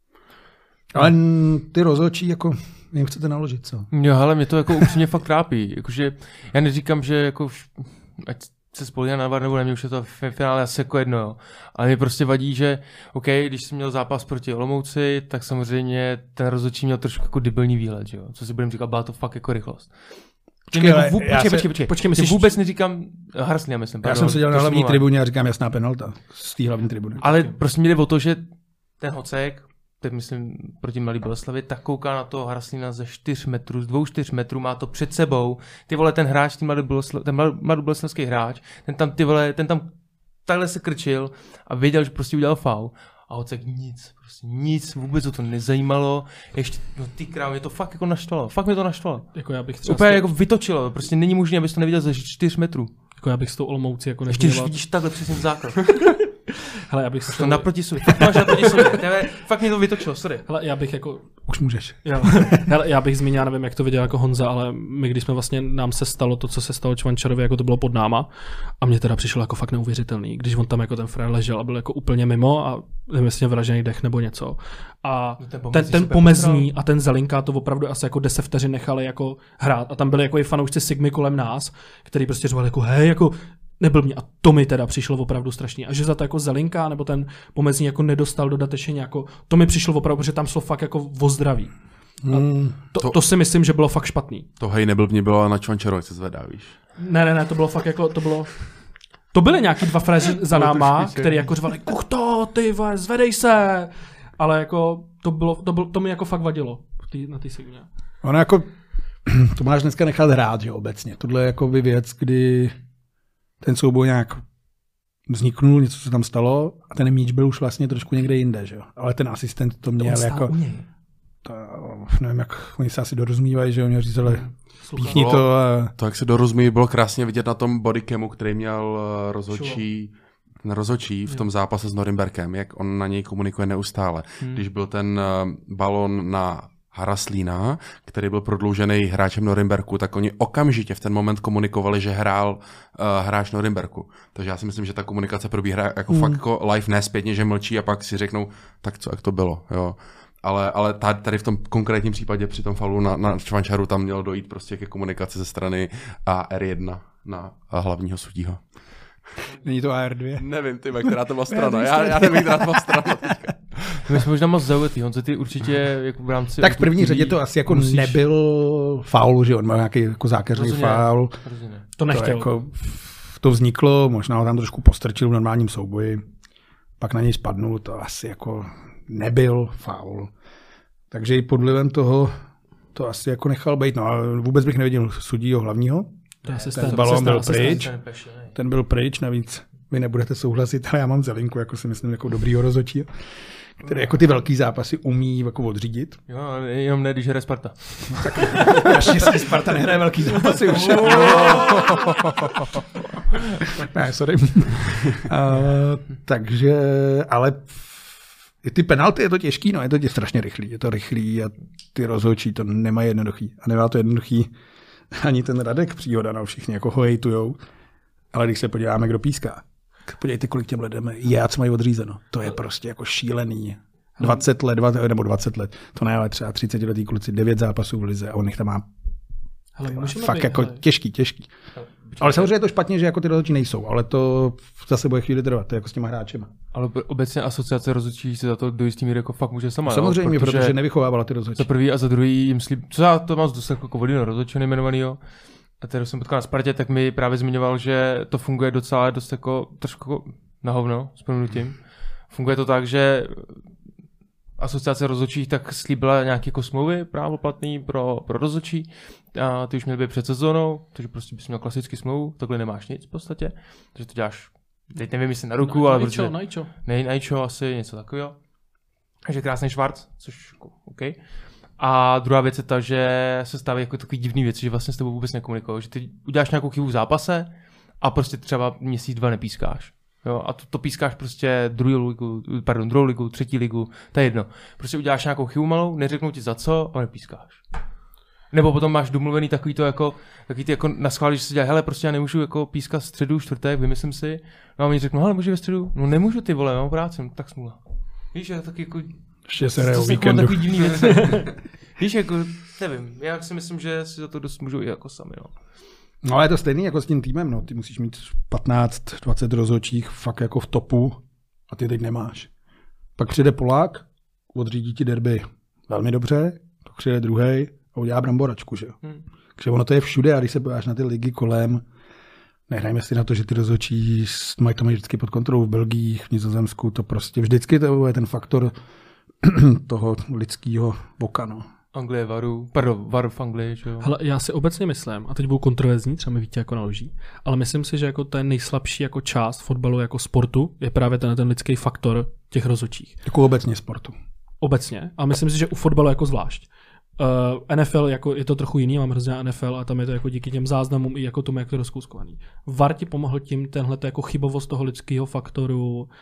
Ale ty rozhodčí, jako jim chcete naložit, co? Jo, ale mě to jako upřímně fakt trápí. Jakože já neříkám, že jako ať se spolíhá na V A R nebo nemě, už je to v finále asi jako jedno, jo. Ale mi prostě vadí, že OK, když jsem měl zápas proti Olomouci, tak samozřejmě ten rozhodčí měl trošku jako debilní výhled, že jo. Co si budeme říkat, byla to fakt jako rychlost. Počkej, počkej, počkej, počkej, počkej, počkej, počkej myslíš, vůbec neříkám Haraslína, myslím. Já jsem seděl na hlavní tribuně a říkám jasná penalta z té hlavní tribuny. Ale prostě mi jde o to, že ten Hocek teď myslím proti Mladé Boleslavi, tak kouká na toho Haraslína ze čtyř metrů, z dvou čtyř metrů, má to před sebou. Ty vole, ten hráč, ten mladoboleslavský hráč, ten tam, ty vole, ten tam takhle se krčil a věděl, že prostě udělal faul. A Hocek nic, prostě nic, vůbec to nezajímalo. Ještě, no ty krám, mě to fakt jako naštvalo, fakt mě to naštvalo. Jako já bych třeba úplně to... jako vytočilo, prostě není možné, abys to neviděl ze čtyř metrů. Jako já bych s tou Olomoucí jako Ještě když vidíš takhle přesně v základ. Hele, já bych to tou... naproti sobě, fakt máš naproti sobě, tebe, fakt mě to vytočilo, sorry. Hele, já bych jako... Už můžeš. Jo. Hele, já bych zmínil, nevím, jak to viděl jako Honza, ale my, když jsme vlastně, nám se stalo to, co se stalo Čvančarovi, jako to bylo pod náma, a mně teda přišlo jako fakt neuvěřitelný, když on tam jako ten frajer ležel a byl jako úplně mimo a nevím, jestli vražený dech nebo něco. A no ten, ten, ten pomezní a ten Zelinka to opravdu asi jako deset vteřin nechali jako hrát. A tam byli jako i fanoušci Sigmy kolem nás, který prostě řvali jako hej, jako nebyl mě. A to mi teda přišlo opravdu strašný. A že za to jako Zelinka nebo ten pomezní jako nedostal dodatečně jako, to mi přišlo opravdu, protože tam šlo fakt jako o zdraví. Hmm, to, to, to si myslím, že bylo fakt špatný. To hej, nebyl mě bylo na Čvančarovi se zvedá, víš. Ne, ne, ne, to bylo fakt jako, to bylo... To byly nějaký dva frajeři za náma, který jako řvali, kuchto, ty vole, zvedej se. Ale jako to bylo, to, bylo, to mi jako fakt vadilo tý, na té Sigmě. Ono jako, to máš dneska nechat hrát, že obecně. Tohle je jako věc, kdy ten souboj nějak vzniknul, něco se tam stalo a ten míč byl už vlastně trošku někde jinde, že jo. Ale ten asistent to měl to jako... To, nevím, jak oni se asi dorozumívají, že oni řízali, píchni to. A... To, jak se dorozumí, bylo krásně vidět na tom bodycamu, který měl rozhodčí, ten rozhodčí v tom zápase s Norimberkem, jak on na něj komunikuje neustále. Hmm. Když byl ten balon na Haraslína, který byl prodloužený hráčem Norimberku, tak oni okamžitě v ten moment komunikovali, že hrál uh, hráč Norimberku. Takže já si myslím, že ta komunikace probíhá jako hmm. fakt jako live, ne zpětně, že mlčí a pak si řeknou, tak co, jak to bylo, jo. Ale, ale tady v tom konkrétním případě při tom faulu na, na Čvančaru tam mělo dojít prostě ke komunikaci ze strany A R jedna na hlavního sudího. Není to A R dva? Nevím, ty, která to byla strana. Já, já nevím, která to byla strana teďka. My jsme možná moc zaujatý, Honzo, ty určitě jako v rámci... Tak v první řadě to asi jako musíš... nebyl faul, že on má nějaký jako zákeřný faul. To nechtěl. To, jako, to vzniklo, možná ho tam trošku postrčil v normálním souboji, pak na něj spadnul, to asi jako nebyl faul. Takže i pod vlivem toho to asi jako nechal být. No a vůbec bych neviděl sudího hlavního. Ten balón byl pryč. Ten byl pryč, navíc vy nebudete souhlasit, ale já mám Zelinku, jako si myslím, jako dobrýho rozhodčího, který jako ty velký zápasy umí jako odřídit. Jo, jenom ne, když hraje Sparta. Naštěstí Sparta nehraje velký zápasy už. Ne, sorry. uh, takže, ale i ty penalty je to těžký, no je to tě strašně rychlý, je to rychlý a ty rozhodčí to nemají jednoduchý. A nemá to jednoduchý ani ten Radek Příhoda, no všichni jako ho hejtujou. Ale když se podíváme, kdo píská, podívejte, kolik těm lidem je a co mají odřízeno. To je prostě jako šílený. dvacet let, dvacet, nebo dvacet let, to ne, ale třeba třicetiletý kluci, devět zápasů v lize a on jich tam má hele, fakt být, jako hele. těžký, těžký. Hele, ale samozřejmě je to špatně, že jako ty rozhodčí nejsou, ale to zase bude chvíli trvat, to je jako s těma hráčema. Ale obecně asociace rozhodčí se za to do jistý míry jako fakt může sama. Samozřejmě, no, protože, protože nevychovávala ty rozhodčí. Za prvý a za druhý jim slib, co já to mám z dost jako vodino rozhodčího nejmenovanýho, a tady jsem potkal na Spartě, tak mi právě zmiňoval, že to funguje docela dost jako trošku na hovno s prominutím. Funguje to tak, že asociace rozhodčích tak slíbila nějaké jako smlouvy právoplatný pro, pro rozhodčí. A ty už měly být před sezónou, takže prostě bys měl klasický smlouvu, takhle nemáš nic v podstatě. Takže to děláš, teď nevím, jestli na ruku, no, ale protože... Najčo. Ne, najčo asi, něco takového. Takže krásný švarc, což jako OK. A druhá věc je ta, že se stávají jako takový divný věci, že vlastně s tebou vůbec nekomunikují, že ty uděláš nějakou chybu v zápase a prostě třeba měsíc, dva nepískáš. Jo, a to, to pískáš prostě druhou ligu, pardon, druhou ligu, třetí ligu, to je jedno. Prostě uděláš nějakou chybu malou, neřeknou ti za co, a nepískáš. Nebo potom máš domluvený takový to jako, takový ty jako naschválí, že se dělá, hele, prostě já nemůžu jako pískat středu, čtvrtek, vymyslím si. No a oni řeknou, hele, můžu ve středu? No nemůžu, ty vole, mám práci, no, tak smůla. Víš, je taky jako... Ještě se hrajou víkendu. Takový divný věci. Víš, jako, nevím, já si myslím, že si za to dost můžou i jako sami, no. No ale je to stejný jako s tím týmem, no. Ty musíš mít patnáct dvacet rozhodčích fakt jako v topu a ty teď nemáš. Pak přijde Polák, odřídí ti derby velmi dobře, pak přijde druhej a udělá bramboračku, že jo. Hmm. Takže ono to je všude a když se podíváš na ty ligy kolem, nehrajme si na to, že ty rozhodčí mají to mají vždycky pod kontrolou v Belgii, v Nizozemsku, to prostě vždycky to je ten faktor toho lidského voka. No. Anglie varu, pardon, var v Anglii, že jo? Hele, já si obecně myslím, a teď budu kontroverzní, třeba mi Vítě jako naloží, ale myslím si, že jako to je nejslabší jako část fotbalu jako sportu, je právě ten, ten lidský faktor těch rozhodčích. Jako obecně sportu. Obecně. A myslím si, že u fotbalu jako zvlášť. Uh, N F L jako, je to trochu jiný, mám hrozně N F L a tam je to jako díky těm záznamům i jako tomu, jak to je rozkouskovaný. V á er ti pomohl tím tenhle jako chybovost toho lidského faktoru uh,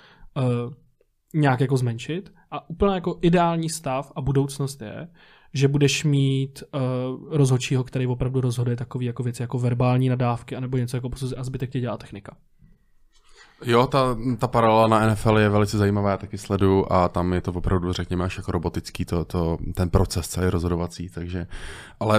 nějak jako zmenšit a úplně jako ideální stav a budoucnost je, že budeš mít uh, rozhodčího, který opravdu rozhoduje takový jako věci jako verbální nadávky anebo něco jako posuzuje a zbytek tě dělá technika. Jo, ta, ta paralela na N F L je velice zajímavá, já taky sleduju a tam je to opravdu, řekněme, až jako robotický, to, to, ten proces celý rozhodovací, takže, ale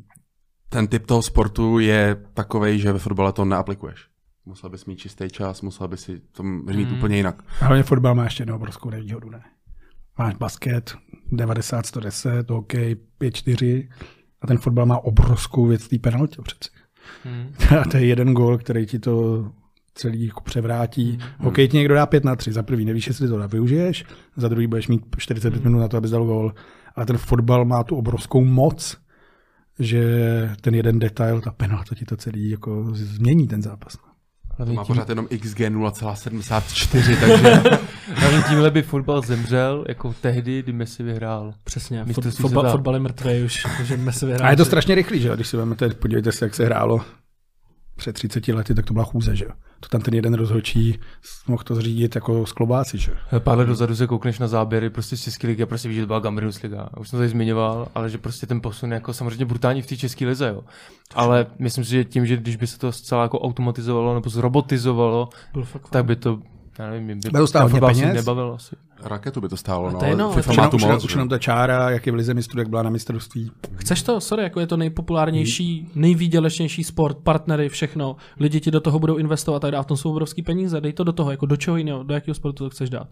ten typ toho sportu je takovej, že ve fotbale to neaplikuješ. Musel bys mít čistý čas, musel bys si to mít hmm. úplně jinak. Hlavně fotbal má ještě jednu obrovskou nevýhodu, ne? Máš basket, devadesát sto deset, hokej pět čtyři a ten fotbal má obrovskou věc té penaltě přeci. Hmm. A to je jeden gól, který ti to celý jako převrátí. Hmm. Hokej ti někdo dá pět na tři, za prvý nevíš, jestli to využiješ, za druhý budeš mít čtyřicet pět hmm. minut na to, abys dal gól. Ale ten fotbal má tu obrovskou moc, že ten jeden detail, ta penalta ti to celý jako změní ten zápas. To má pořád jenom X G nula celá sedmdesát čtyři, takže... Hlavně tímhle by fotbal zemřel, jako tehdy, kdy Messi vyhrál. Přesně, Fot, fotbal, fotbal je mrtvý už, že Messi vyhrál. A je to strašně rychlý, že když si vezmete, podívejte se, jak se hrálo před třiceti lety, tak to byla chůze, že jo. To tam ten jeden rozhodčí mohl to zřídit jako z klobáci, že jo. Pár let dozadu se koukneš na záběry prostě z České ligy a prostě víš, že to byla Gambrinus liga. Už jsem to tady zmiňoval, ale že prostě ten posun je jako samozřejmě brutální v té české lize, jo. Ale myslím si, že tím, že když by se to zcela jako automatizovalo nebo zrobotizovalo, tak by to, já nevím, by to stálo hodně peněz. Nebavilo asi. Raketu by to stálo, no. To je no, FIFA má tu moc. Už jenom ta čára, jak je v lize mistrů, jak byla na mistrovství. Chceš to? Sorry, jako je to nejpopulárnější, nejvýdělečnější sport, partnery, všechno. Lidi ti do toho budou investovat tak dále. V tom jsou obrovský peníze. Dej to do toho, jako do čeho jiného, do jakého sportu to chceš dát.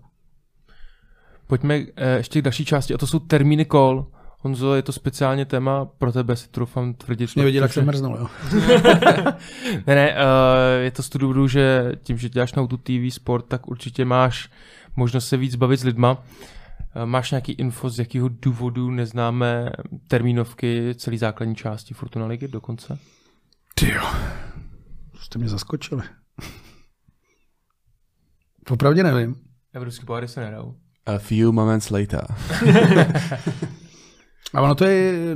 Pojďme eh, ještě k další části, a to jsou termíny kol. Honzo, je to speciálně téma pro tebe, si troufám tvrdit. Jsi mě viděl, jak jsem mrznul, jo. ne, ne, uh, je to z toho důvodu, že tím, že děláš na T V sport, tak určitě máš možnost se víc bavit s lidma. Uh, máš nějaký info, z jakého důvodu neznáme termínovky celé základní části Fortuna ligy dokonce? Tyjo, jste mě zaskočili. Opravdu nevím. Evropský poháry se nedal. A few moments later. A ono to je,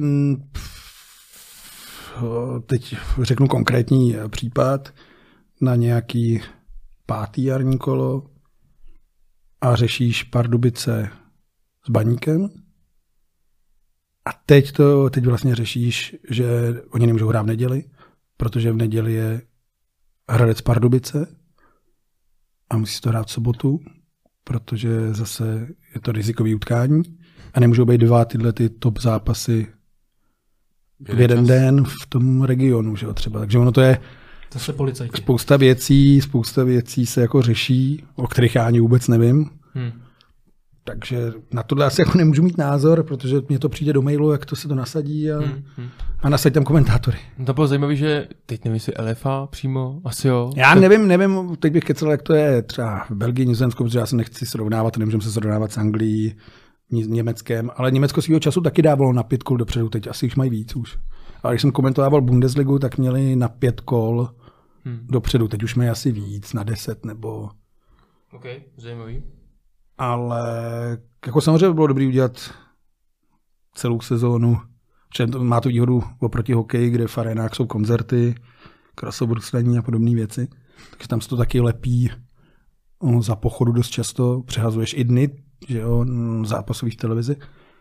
teď řeknu konkrétní případ, na nějaký pátý jarní kolo a řešíš Pardubice s Baníkem a teď to, teď vlastně řešíš, že oni nemůžou hrát v neděli, protože v neděli je Hradec Pardubice a musí to hrát v sobotu, protože zase je to rizikový utkání. A nemůžou být dva tyhle ty top zápasy v jeden čas. Den v tom regionu, že jo, třeba. Takže ono to je to se policajti. Spousta věcí, spousta věcí se jako řeší, o kterých já ani vůbec nevím. Hmm. Takže na tohle asi jako nemůžu mít názor, protože mě to přijde do mailu, jak to se to nasadí a, hmm. Hmm. a nasadí tam komentátory. To bylo zajímavé, že teď nevím, jestli L F A přímo, asi jo. Já tak... nevím, nevím, teď bych kecal, jak to je třeba v Belgii, Nizozemsku, protože já se nechci srovnávat, nemůžeme se srovnávat s Anglií, Německém, ale Německo svýho času taky dávalo na pět kol dopředu, teď asi už mají víc už. Ale když jsem komentoval Bundesligu, tak měli na pět kol hmm. dopředu, teď už mají asi víc, na deset nebo... OK, zajímavý. Ale jako samozřejmě bylo dobré udělat celou sezónu, protože má to výhodu oproti hokeji, kde v arenách jsou koncerty, krasobruslení a podobné věci, takže tam se to taky lepí o, za pochodu dost často, přehazuješ i dny, že jo, zápasový v televizi.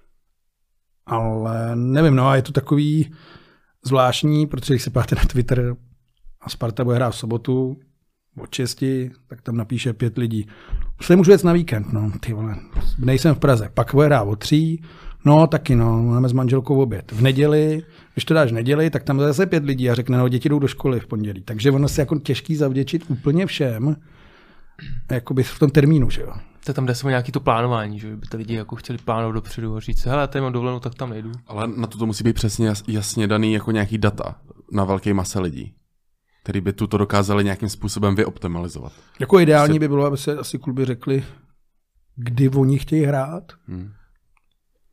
Ale nevím, no a je to takový zvláštní, protože když se páte na Twitter a Sparta bude hrát v sobotu od šesti, tak tam napíše pět lidí. Už nemůžu jet na víkend, no, ty vole, nejsem v Praze. Pak bude hrát o tří, no taky no, máme s manželkou oběd. V neděli, když to dáš v neděli, tak tam zase pět lidí a řekne, no, děti jdou do školy v pondělí. Takže ono se jako těžký zavděčit úplně všem, jakoby v tom termínu, že jo. To tam jde se o nějaký to plánování, že by ty lidi jako chtěli plánovat dopředu a říct, hele, tady mám dovolenou, tak tam nejdu. Ale na to to musí být přesně jasně daný jako nějaký data na velké mase lidí, který by tuto dokázali nějakým způsobem vyoptimalizovat. Jako ideální by bylo, aby se asi kluby řekli, kdy oni chtějí hrát. Hmm.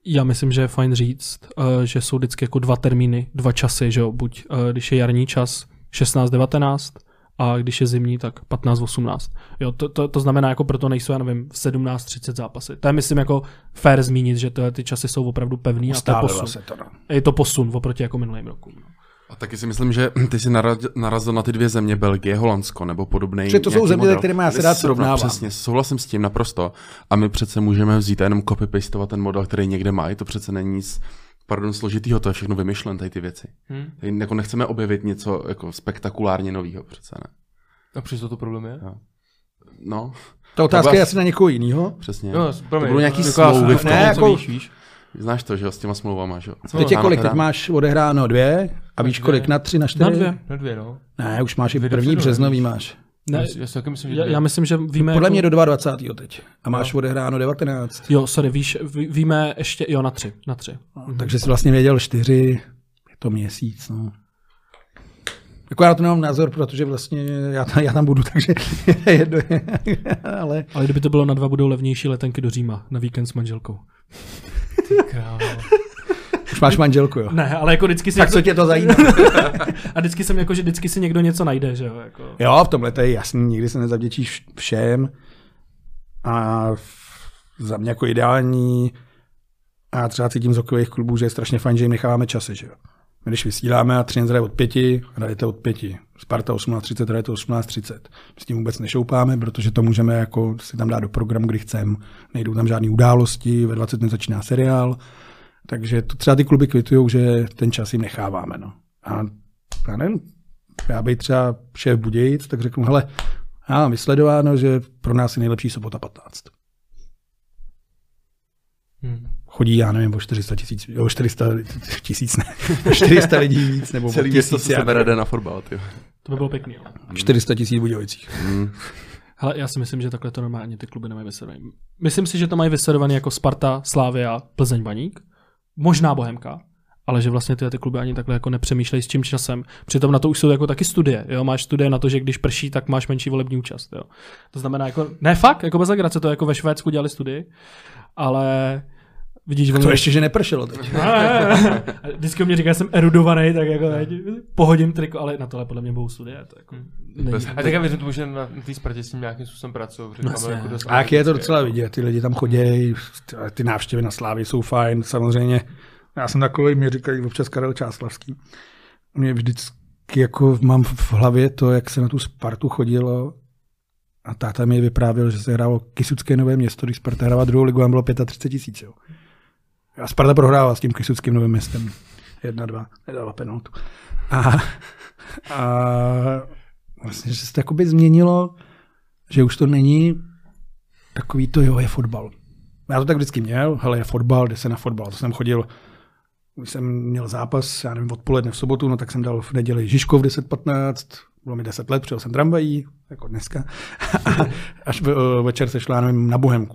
Já myslím, že je fajn říct, že jsou vždycky jako dva termíny, dva časy, že jo, buď když je jarní čas šestnáct devatenáct a když je zimní, tak patnáct osmnáct. Jo, to, to, to znamená, jako proto nejsou, já nevím, v sedmnáct třicet zápasy. To je, myslím, jako fair zmínit, že tyhle ty časy jsou opravdu pevný a to je posun. Se to, no. Je to posun oproti jako minulým rokům. No. A taky si myslím, že ty jsi narazil na ty dvě země, Belgie, Holandsko, nebo podobný. Že to jsou země, model. kterými já se rád srovnávám. Přesně, souhlasím s tím naprosto. A my přece můžeme vzít a jenom copy-pastovat ten model, který někde mají. To přece není nic, pardon, složitýho, to je všechno vymyšlen, tady ty věci. Hmm. Tady jako nechceme objevit něco jako spektakulárně novýho, přece ne. A přesto to problém je? Jo. No. Ta otázka je asi na někoho jiného. Přesně. No, to bylo nějaký smlouvy v tom. Ne, jako... Znáš to, že jo, s těma smlouvama, že jo? Teď je kolik? Teď máš odehráno dvě a víš kolik? Na tři, na čtyři? Na dvě. Na dvě, no. Ne, už máš i první březnový máš. Ne, já, já, myslím, že já, já myslím, že víme... Podle jako... mě do dvacátého druhého teď. A máš no. odehráno devatenáct. Jo, sorry, víš, víme ještě, jo, na tři. Na tři. No, mhm. Takže jsi vlastně věděl čtyři, je to měsíc, no. Jako já na to nemám názor, protože vlastně já tam, já tam budu, takže jedno je. ale... ale kdyby to bylo na dva, budou levnější letenky do Říma na víkend s manželkou. Ty krávo. Už máš manželku, jo? Ne, ale jako vždycky si... Tak co tě to zajímá? A vždycky jsem jako, že vždycky si někdo něco najde, že jo? Jako... Jo, v tomhle to je jasný, nikdy se nezavděčíš všem. A za mě jako ideální, a třeba cítím z hokejových klubů, že je strašně fajn, že jim necháváme časy, že jo? My když vysíláme a Třinec hraje od pěti, hrajete od pěti. Sparta osmnáct třicet, hrajete osmnáct třicet. S tím vůbec nešoupáme, protože to můžeme jako si tam dát do programu, kdy chceme. Nejdou tam žádné události, ve dvacet minut začíná seriál. Takže to třeba ty kluby kvitujou, že ten čas jim necháváme. No. A já nevím, já bych třeba šéf Budějic, tak řeknu, hele, já mám vysledováno, že pro nás je nejlepší sobota patnáct. Hmm. Chodí, já nevím, o čtyři sta tisíc, o čtyři sta tisíc, ne, čtyři sta lidí víc, nebo celý město se sebere na fotbal, tyjo. To by bylo pěkný, jo. čtyři sta tisíc v Budějovicích. Hmm. Hele, já si myslím, že takhle to normálně ty kluby nemají vysledovaný. Myslím si, že to mají vysledovaný jako Sparta, Slavia, Plzeň, Baník, možná Bohemka, ale že vlastně tyhle ty kluby ani takhle jako nepřemýšlejí s čím časem. Přitom na to už jsou jako taky studie, jo, máš studie na to, že když prší, tak máš menší volební účast, jo. To znamená jako, ne fakt, jako bez legrace, to jako ve Švédsku dělali studii, ale vidíš, to mě... ještě, že nepršelo teď. Vždycky mě říká, že jsem erudovaný, tak jako pohodím triko, ale na tohle podle mě budou studie. To jako není... A tak já věřím tomu, že na té Spartě s tím nějakým způsobem pracují. Jako a jak je to docela vidět, ty lidi tam chodí, ty návštěvy na Slávii jsou fajn, samozřejmě. Já jsem takový, mi říkají občas Karel Čáslavský. Mě vždycky jako mám v hlavě to, jak se na tu Spartu chodilo. A táta mi vyprávěl, že se hrálo Kysucké Nové Město, když Sparta hrála druhou ligu, tam bylo třicet pět tisíc. A Sparta prohrávala s tím Kysuckým Novým Městem. jedna dva, nedala penaltu. A, a vlastně, že se to jakoby změnilo, že už to není takový to, jo, je fotbal. Já to tak vždycky měl, hele, je fotbal, jde se na fotbal. To jsem chodil, když jsem měl zápas, já nevím, odpoledne v sobotu, no tak jsem dal v neděli Žižkov deset patnáct, bylo mi deset let, přijel jsem tramvají, jako dneska, a až večer se šla, nevím, na Bohemku.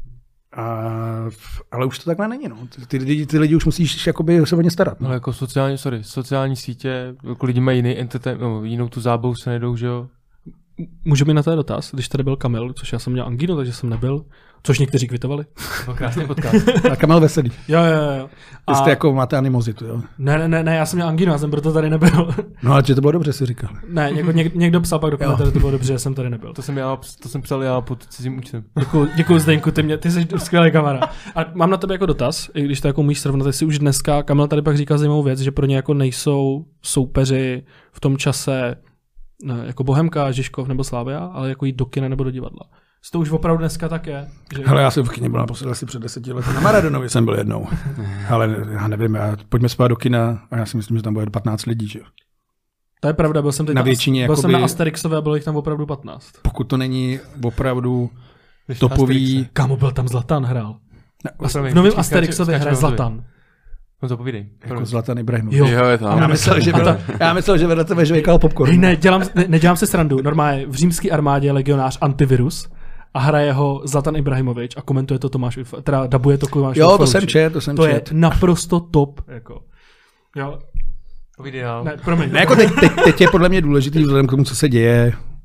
A, ale už to takhle není, no. Ty, ty, ty lidi už musíš jakoby se o ně starat. No. Ale jako sociální, sorry, sociální sítě, jako lidi mají jiný entertain, no, jinou tu zábavu se nejdou, že jo? Můžu mi na to dotaz, když tady byl Kamil, což já jsem měl angínu, takže jsem nebyl, což někteří kvitovali. To krásný podcast. A Kamil Veselý. Jo, jo, jo. A... Jste jako máte animozitu, jo? Ne, ne, ne, ne, já jsem měl angínu, já jsem proto tady nebyl. No ale že to bylo dobře, si říkal. Ne, něko, něk, někdo psal pak do komentáře, že to bylo dobře, že jsem tady nebyl. To jsem, já, to jsem psal já pod cizím účtem. Děkuju, děkuju Zdeňku, ty, mě, ty jsi skvělý kamarád. A mám na tebe jako dotaz, i když to jako můžeš srovnat, jestli už dneska, Kamil tady pak říkal zajímavou věc, že pro ně jako nejsou soupeři v tom čase ne, jako Bohemka, Žižkov nebo Slavia, ale jako jít do kina nebo do divadla. To už opravdu dneska tak je. Že... Hele, já jsem v kině byl naposledy asi před deseti lety. Na Maradonovi jsem byl jednou. Ale já nevím, já, pojďme spát do kina a já si myslím, že tam bude patnáct lidí, že jo. To je pravda, byl jsem teď na většině, byl jakoby, jsem na Asterixové a bylo jich tam opravdu patnáct. Pokud to není opravdu topový... Kámo, byl tam Zlatan hrál. Ne, v novém Asterixově hraje Zlatan. No to povídej. Jako Zlatan Ibrahimovič. Jo, jo, je tam. Já myslel, že vedle, já myslel, že vedle tebe žvejkal popcorn. Ne, dělám, ne, nedělám se srandu. Normálně v římské armádě je legionář Antivirus a hraje ho Zlatan Ibrahimovič a komentuje to Tomáš, teda dabuje to Tomáš. Jo, to jsem čet, to jsem To čet. je naprosto top. Jako. Jo. Povídej dál. Ne, promiň. Ne, jako teď, teď, teď je podle mě důležitý vzhledem k tomu, co se děje,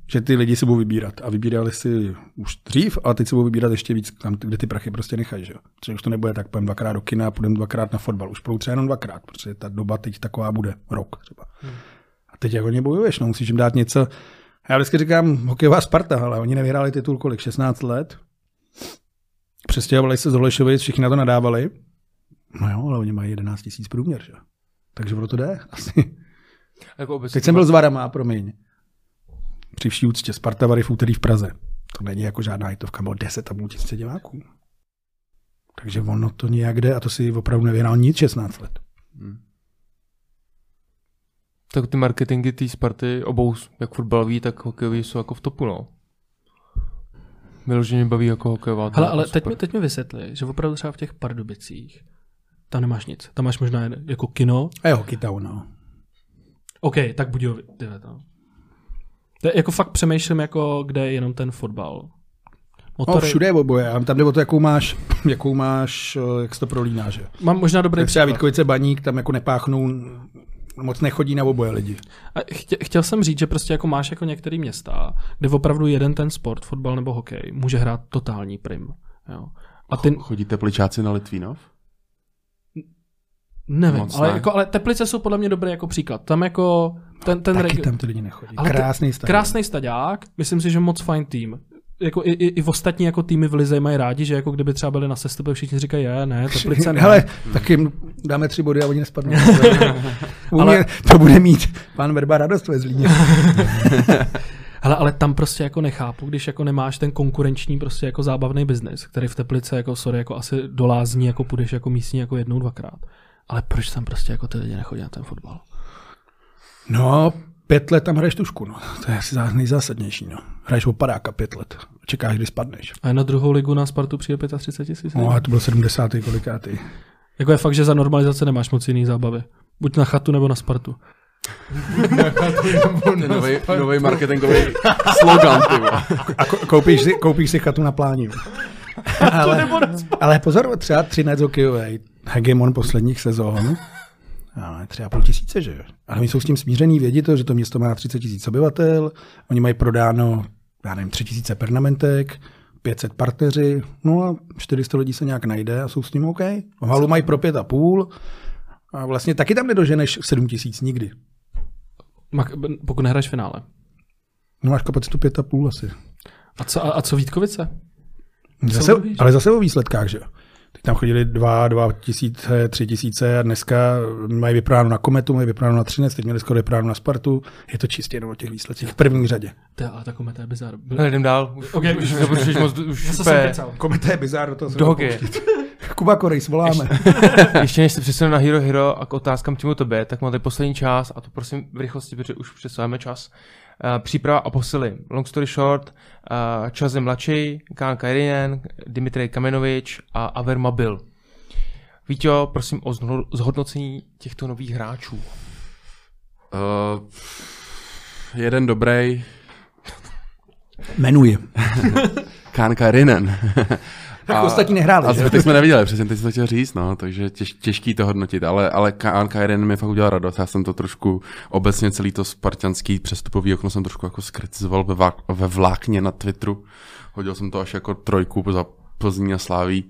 že ty lidi si budou vybírat. A vybírali si už dřív, ale teď si budou vybírat ještě víc, tam, kde ty prachy prostě nechají. Že? Protože už to nebude tak, půjdeme dvakrát do kina, půjdeme dvakrát na fotbal. Už půjdou třeba jenom dvakrát, protože ta doba teď taková bude, rok třeba. Hmm. A teď jak oni bojuješ, no, musíš jim dát něco. Já vždycky říkám, hokejová Sparta, ale oni nevyhráli titul kolik, šestnáct let. Přestěhovali se z Holešovic, všichni na to nadávali. No jo, ale oni mají jedenáct tisíc průměr, že? Takže ono to jde asi. Jako teď jsem byl s Varama, promiň. Při vší úctě Sparta Vary v úterý v Praze. To není jako žádná hitovka, bylo deset a půl tisíce diváků. Takže ono to nějak jde a to si opravdu nevyhrál nic šestnáct let. Hmm. Tak ty marketingy té Sparty, obou, jak fotbalový, tak hokejový, jsou jako v topu, no. Vyloženě baví jako hokejová. Hele, ale teď mi, teď mi vysvětli, že opravdu třeba v těch Pardubicích tam nemáš nic. Tam máš možná jako kino. A jo, Hockeytown, no. OK, tak Budějovice. To je jako fakt přemýšlím, jako kde je jenom ten fotbal. Motory. No, všude je oboje. A tam jde o to, jakou máš, jakou máš, jak se to prolíná, že? Mám možná dobrý příklad. Třeba Vítkovice Baník, tam jako nepáchnou, moc nechodí na oboje lidi. A chtěl, chtěl jsem říct, že prostě jako máš jako některé města, kde opravdu jeden ten sport, fotbal nebo hokej, může hrát totální prim. Jo. A ty... Chodí Tepličáci na Litvínov? Nevím, ale, jako, ale Teplice jsou podle mě dobrý jako příklad. Tam jako ten, ten taky regi... tam ty lidi nechodí. Krásný staďák. Krásný staďák, myslím si, že moc fajn tým. Jako i, i, i v ostatní jako týmy v lize mají rádi, že jako kdyby třeba byli na sestupu, všichni říkají, je, ne, Teplice ne. Hele, tak jim dáme tři body a oni nespadnou. Ale to bude mít pan Verba radost ve Zlíně. Hele, ale tam prostě jako nechápu, když jako nemáš ten konkurenční prostě jako zábavný biznis, který v Teplice jako sorry, jako asi do lázní jako půjdeš jako místní jako jednou, dvakrát. Ale proč tam prostě jako ty lidi nechodí na ten fotbal? No, pět let tam hraješ tušku, no. To je asi nejzásadnější, no. Hraješ opadáka pět let. Čekáš, kdy spadneš. A na druhou ligu na Spartu přijde třicet pět tisíc? No, a to byl sedmdesátý kolikátý. Jako je fakt, že za normalizace nemáš moc jiný zábavy. Buď na chatu nebo na Spartu. Nový marketingový slogan. A koupíš si, koupíš si chatu na pláni. ale, ale pozor, třeba třinec hokejový hegemon posledních sezón. Ale tři a půl tisíce, že jo. Ale oni jsou s tím smířený, vědí to, že to město má třicet tisíc obyvatel, oni mají prodáno, já nevím, tři tisíce pernamentek, pět set partneři, no a čtyři sta lidí se nějak najde a jsou s tím OK. V halu mají pro pět a půl a vlastně taky tam nedoženeš sedm tisíc nikdy. Pokud nehráš finále. No máš kapacitu pět a půl asi. A co, a, a co Vítkovice? Zase, ale zase o výsledkách, že jo. Teď tam chodili dva, dva tisíce, tři tisíce a dneska mají vypráno na Kometu, mají vypráno na Třinec, teď měli skoro vypráno na Spartu. Je to čistě jenom o těch výsledcích v první řadě. To, ale ta Kometa je bizár. No, jdem dál. Už, okay, už, už, už, moc, už Kometa je bizár, do toho se do hokeje. Kuba Korej, svoláme. Ještě, ještě než se přesunu na Hero Hero a k otázkám přímo tobě, tak máte poslední čas a to prosím v rychlosti, protože už přesahujeme čas. Uh, příprava a posily. Long story short, uh, Čazem mladší, Kán Kairinen, Dimitrij Kamenovič a Aver Mabil. Víťo, prosím o zhodnocení těchto nových hráčů. Uh, jeden dobrý. Jmenuji. Kán Kairinen. Tak ostatní nehráli. A zbytek jsme neviděli, přesně teď jsem to chtěl říct, no, takže těž, těžký to hodnotit, ale, ale Kán Kairinen mi fakt udělal radost, já jsem to trošku, obecně celý to spartanský přestupový okno jsem trošku jako skritizoval ve, vák, ve vlákně na Twitteru, hodil jsem to až jako trojku za Plzní a Sláví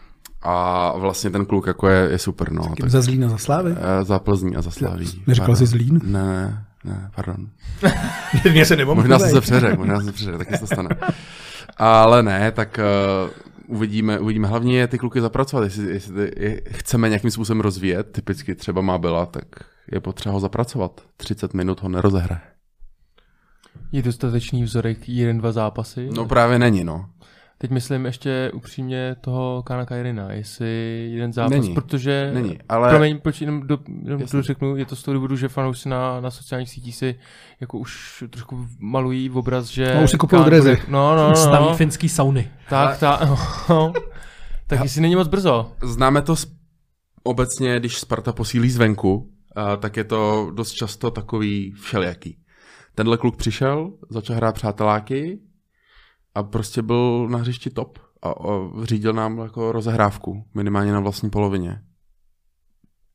a vlastně ten kluk jako je, je super, no. Tak, za Zlín a za Slávy? Za Plzní a za Sláví. Neříkal jsi Zlín? Ne, ne, ne, pardon. Mě se nebom možná jsem se přeřekl, možná jsem se přeřekl, taky se to stane. Ale ne, tak uh, uvidíme, uvidíme. Hlavně je ty kluky zapracovat, jestli, jestli je, chceme nějakým způsobem rozvíjet, typicky třeba má byla, tak je potřeba ho zapracovat. třicet minut ho nerozehraje. Je dostatečný vzorek jeden, dva zápasy? No právě není, no. Teď myslím ještě upřímně toho Kána Kairina, jestli jeden zápas, není, protože... Není, ale... Promiň, proč jenom, do, jenom to řeknu, je to z toho důvodu, že fanoušci na, na sociálních sítích si jako už trošku malují v obraz, že... No už si kupují drezy. No, no, no. Staví no. finský sauny. Tak, ale... tak, no. Tak jestli není moc brzo. Známe to obecně, když Sparta posílí zvenku, uh, tak je to dost často takový všelijaký. Tenhle kluk přišel, začal hrát přáteláky, a prostě byl na hřišti top a, a řídil nám jako rozehrávku, minimálně na vlastní polovině.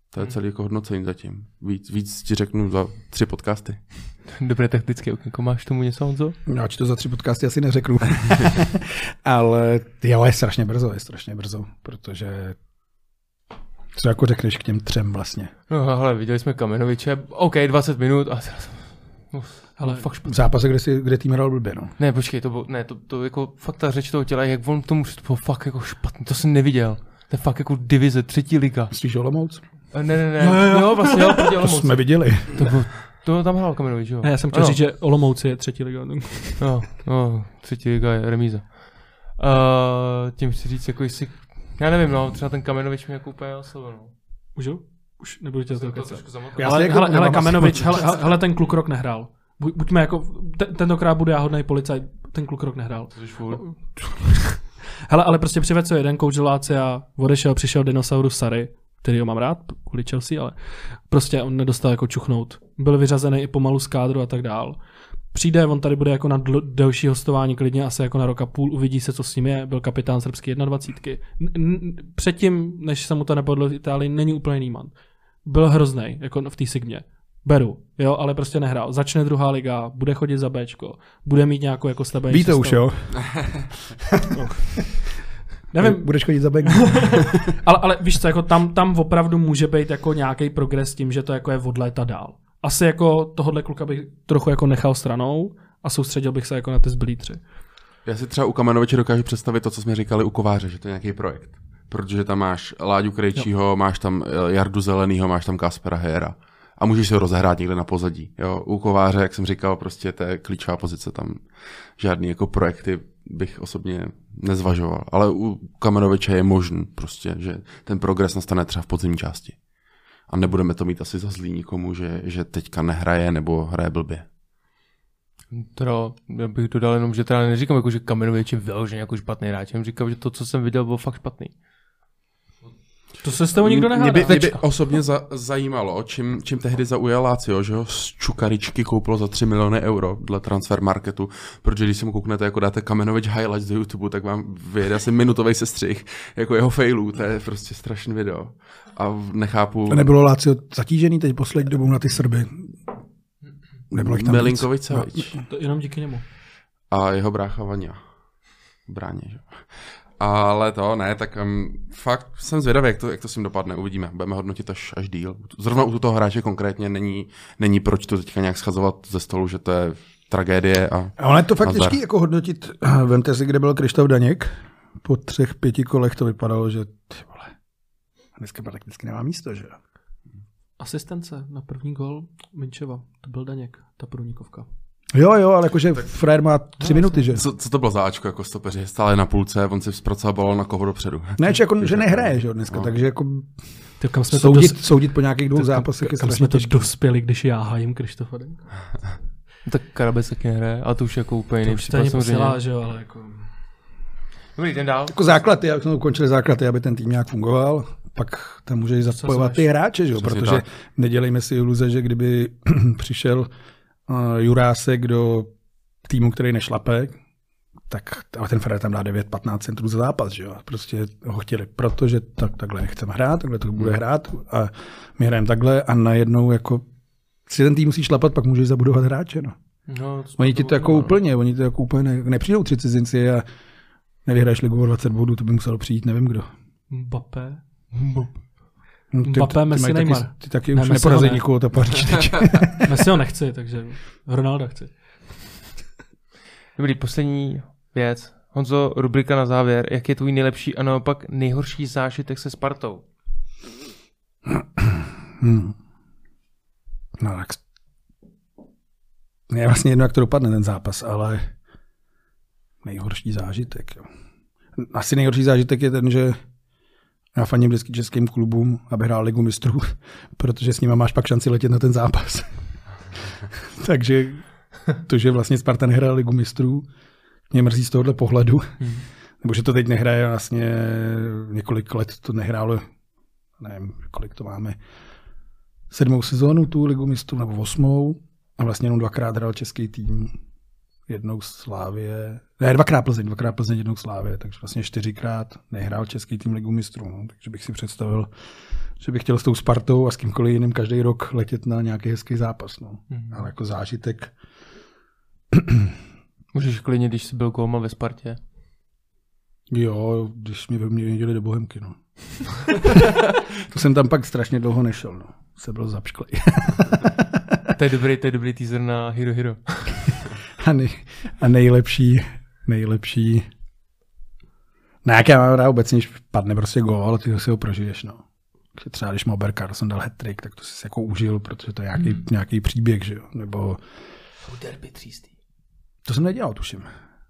To je celý jako hodnocení zatím. Víc, víc ti řeknu za tři podcasty. Dobré taktické okénko. Máš tomu něco, Honzo? No, či to za tři podcasty asi neřeknu. Ale jo, je strašně brzo, je strašně brzo, protože co jako řekneš k těm třem vlastně? No ale viděli jsme Kamenoviče, OK, dvacet minut a teraz... Ale fakt špatný. V zápase, kde, si, kde tým hrál blbě, no. Ne, počkej, to bylo, ne, to, to jako fakt ta řeč toho těla, jak on k tomu přistupoval, fakt jako špatný, to jsem neviděl. To je fakt jako divize, třetí liga. Myslíš Olomouc? Ne, ne, ne, jo, jo, jo vlastně, jo, proti To Olomouci. jsme viděli. To bylo, to tam hrál Kamenovič, jo. ne, já jsem chtěl Ano. říct, že Olomouc je třetí liga. Jo, no, třetí liga je remíza. Uh, tím chci říct, jako jestli, já nevím, no, třeba ten Kamenovič mě jako úplně oslovil, no. Můžu? Už nebudu tě to kecat. Já Ale, si jako hele, hele, nemám Kamenovič, asi- hele, hele, hele, ten kluk rok nehrál. Bu- Buďme jako, te- tentokrát bude já hodnej policajt, ten kluk rok nehrál. Hele, ale prostě přived co jeden kouč a odešel, přišel dinosaurus Sarri, který ho mám rád, kvůli Chelsea, ale prostě on nedostal jako čuchnout. Byl vyřazený i pomalu z kádru a tak dál. Přijde, on tady bude jako na dl- delší hostování, klidně asi jako na rok a půl, uvidí se, co s ním je, byl kapitán srbské jednadvacítky. N- n- předtím, než se mu to nepovedlo v Itálii, není úplně jiný man. Byl hroznej, jako v té Sigmě. Beru, jo, ale prostě nehrál. Začne druhá liga, bude chodit za Bčko, bude mít nějakou jako slabý. Víte už, jo? Nevím, Budeš chodit za back. ale, ale víš co, jako tam, tam opravdu může být jako nějaký progres tím, že to jako je od léta dál. Asi jako tohohle kluka bych trochu jako nechal stranou a soustředil bych se jako na ty zbylý tři. Já si třeba u Kamenoviče dokážu představit to, co jsme říkali u Kováře, že to je nějaký projekt. Protože tam máš Láďu Krejčího, máš tam Jardu Zelenýho, máš tam Kaspera Hejera. A můžeš se ho rozehrát někde na pozadí. Jo? U Kováře, jak jsem říkal, prostě to je klíčová pozice, tam žádný jako projekty bych osobně nezvažoval. Ale u Kamenoviče je možný prostě, že ten progres nastane třeba v podzimní části. A nebudeme to mít asi za zlý nikomu, že, že teďka nehraje nebo hraje blbě. Teda, já bych dodal jenom, že teda neříkám, jako, že Kamenovič je vyloženě jako špatný hráč, jenom říkám, že to, co jsem viděl, bylo fakt špatný. To se s tebou nikdo Mě nehádá. by, mě by osobně za, zajímalo, čím, čím tehdy zaujal Lazio, že ho z Čukaričky koupilo za tři miliony euro dle transfer marketu, protože když si mu kouknete, jako dáte Kamenovič highlights do YouTube, tak vám vyjede asi minutový sestřih, jako jeho failů, to je prostě strašný video. A nechápu... To nebylo Lazio zatížený teď poslední dobou na ty Srby. Nebylo jich tam Milinkovič víc. Savič To jenom díky němu. a jeho brácha Vania. Bráně, že? Ale to ne, tak um, fakt jsem zvědavý, jak to, jak to s ním dopadne, uvidíme. Budeme hodnotit až, až díl. Zrovna u toho hráče konkrétně není, není proč to teďka nějak schazovat ze stolu, že to je tragédie. A, A ono je to fakt Nazdar. těžký jako hodnotit. Vemte si, kde byl Krištof Daněk. Po třech, pěti kolech to vypadalo, že ty vole, dneska prakticky nemá místo, že jo. Asistence na první gol Minčeva. To byl Daněk, ta průnikovka. Jo, jo, ale jakože frajer má tři minuty, že? co, co to bylo za Ačko jako stopeři? Stále na půlce, on si zpracoval balón na koho dopředu. Ne, či jako, že nehraje, že jo, dneska, No. takže jako Ty, kam jsme soudit, to, dos... soudit po nějakých dvou kam, zápasech je kam strašně jsme to těžký. dospěli, když já hájím Krištofa Danka. Tak Karabec taky nehraje, ale to už jako úplně jiný To už případ tady samozřejmě. posílá, že jo, ale jako... Dobrý, jdem dál. Jako základ je, jak jsme ukončili základ, je, aby ten tým nějak fungoval, pak tam můžeš zapojovat ty hráče, že jo, Přesně protože tak. nedělejme si iluze, že kdyby přišel uh, Jurásek do týmu, který nešlape, tak ale ten Ferrer tam dá devět patnáct centrů za zápas, že jo, prostě ho chtěli, protože tak, takhle chceme hrát, takhle to bude hrát a my hrajeme takhle a najednou jako si ten tým musí šlapat, pak můžeš zabudovat hráče, no. No, to jsme Oni ti to jako bylo, úplně, oni to jako úplně ne, nepřijdou tři cizinci a nevyhraješ ligu o dvacet bodů, to by muselo přijít nevím kdo. Mbappé. No, Mbappé, Messi, mají taky, Neymar. ty taky Ne, už Messiho neporazí ne. nikoho ta Paříž teď. Messi ho nechci, takže Ronalda chci. Dobrý, poslední věc. Honzo, rubrika na závěr. Jak je tvůj nejlepší a naopak nejhorší zážitek se Spartou? Hmm. No tak je vlastně jedno, jak to dopadne ten zápas, ale nejhorší zážitek. Jo. Asi nejhorší zážitek je ten, že já faním vždycky českým klubům, aby hrál ligu mistrů, protože s nima máš pak šanci letět na ten zápas. Takže to, že vlastně Sparta nehrál ligu mistrů, mě mrzí z tohohle pohledu. Hmm. Nebo že to teď nehraje vlastně několik let to nehrálo, nevím, kolik to máme, sedmou sezónu tu ligu mistrů, nebo osmou, a vlastně jenom dvakrát hrál český tým jednou Slávě, ne, dvakrát Plzeň, dvakrát Plzeň, jednou Slávě, takže vlastně čtyřikrát nehrál český tým Ligu mistrů, no, takže bych si představil, že bych chtěl s tou Spartou a s kýmkoliv jiným každý rok letět na nějaký hezký zápas, no. Mm. Ale jako zážitek. Můžeš klidně, když jsi byl Golman ve Spartě. Jo, když mě vyměnili do Bohemky, no. To jsem tam pak strašně dlouho nešel, no. Se byl zapšklej. To je dobrý, to je dobrý teaser na Hero Hero. a, nej, a nejlepší, nejlepší... Ne, jak já mám rád obecně, když padne prostě gól, ale ty si ho prožiješ, no. Takže třeba když Mauber Carlson dal hat-trick, tak to si jako užil, protože to je nějaký, hmm. nějaký příběh, že jo, nebo... Derby třístý. To jsem nedělal, tuším.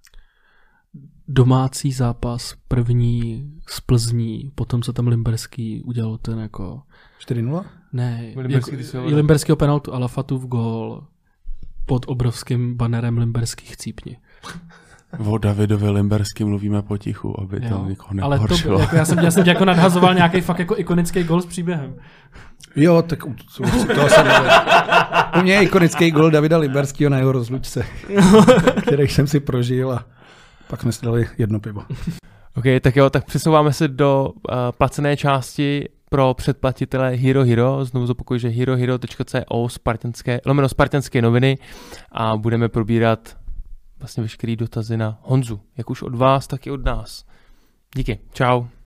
Domácí zápas první z Plzní, potom co tam Limberský udělal ten jako... čtyři nula? Ne, Limberský, jako, Limberskýho penaltu, Alafatův gól pod obrovským banerem Limberský chcípni. O Davidovi Limbersky mluvíme potichu, aby jo, tam nikoho ale nepohoršilo. To, jako já jsem, já jsem jako nadhazoval nějaký fakt jako ikonický gól s příběhem. Jo, tak u toho jsem nevěděl. U mě je ikonický gól Davida Limberskýho na jeho rozlučce, který jsem si prožil a pak jsme si dali jedno pivo. OK, tak jo, tak přesouváme se do uh, placené části pro předplatitele Hero Hero. Znovu zopakuju, že hero hero tečka co spartanské, lomeno spartanské noviny a budeme probírat vlastně veškerý dotazy na Honzu, jak už od vás, tak i od nás. Díky, čau.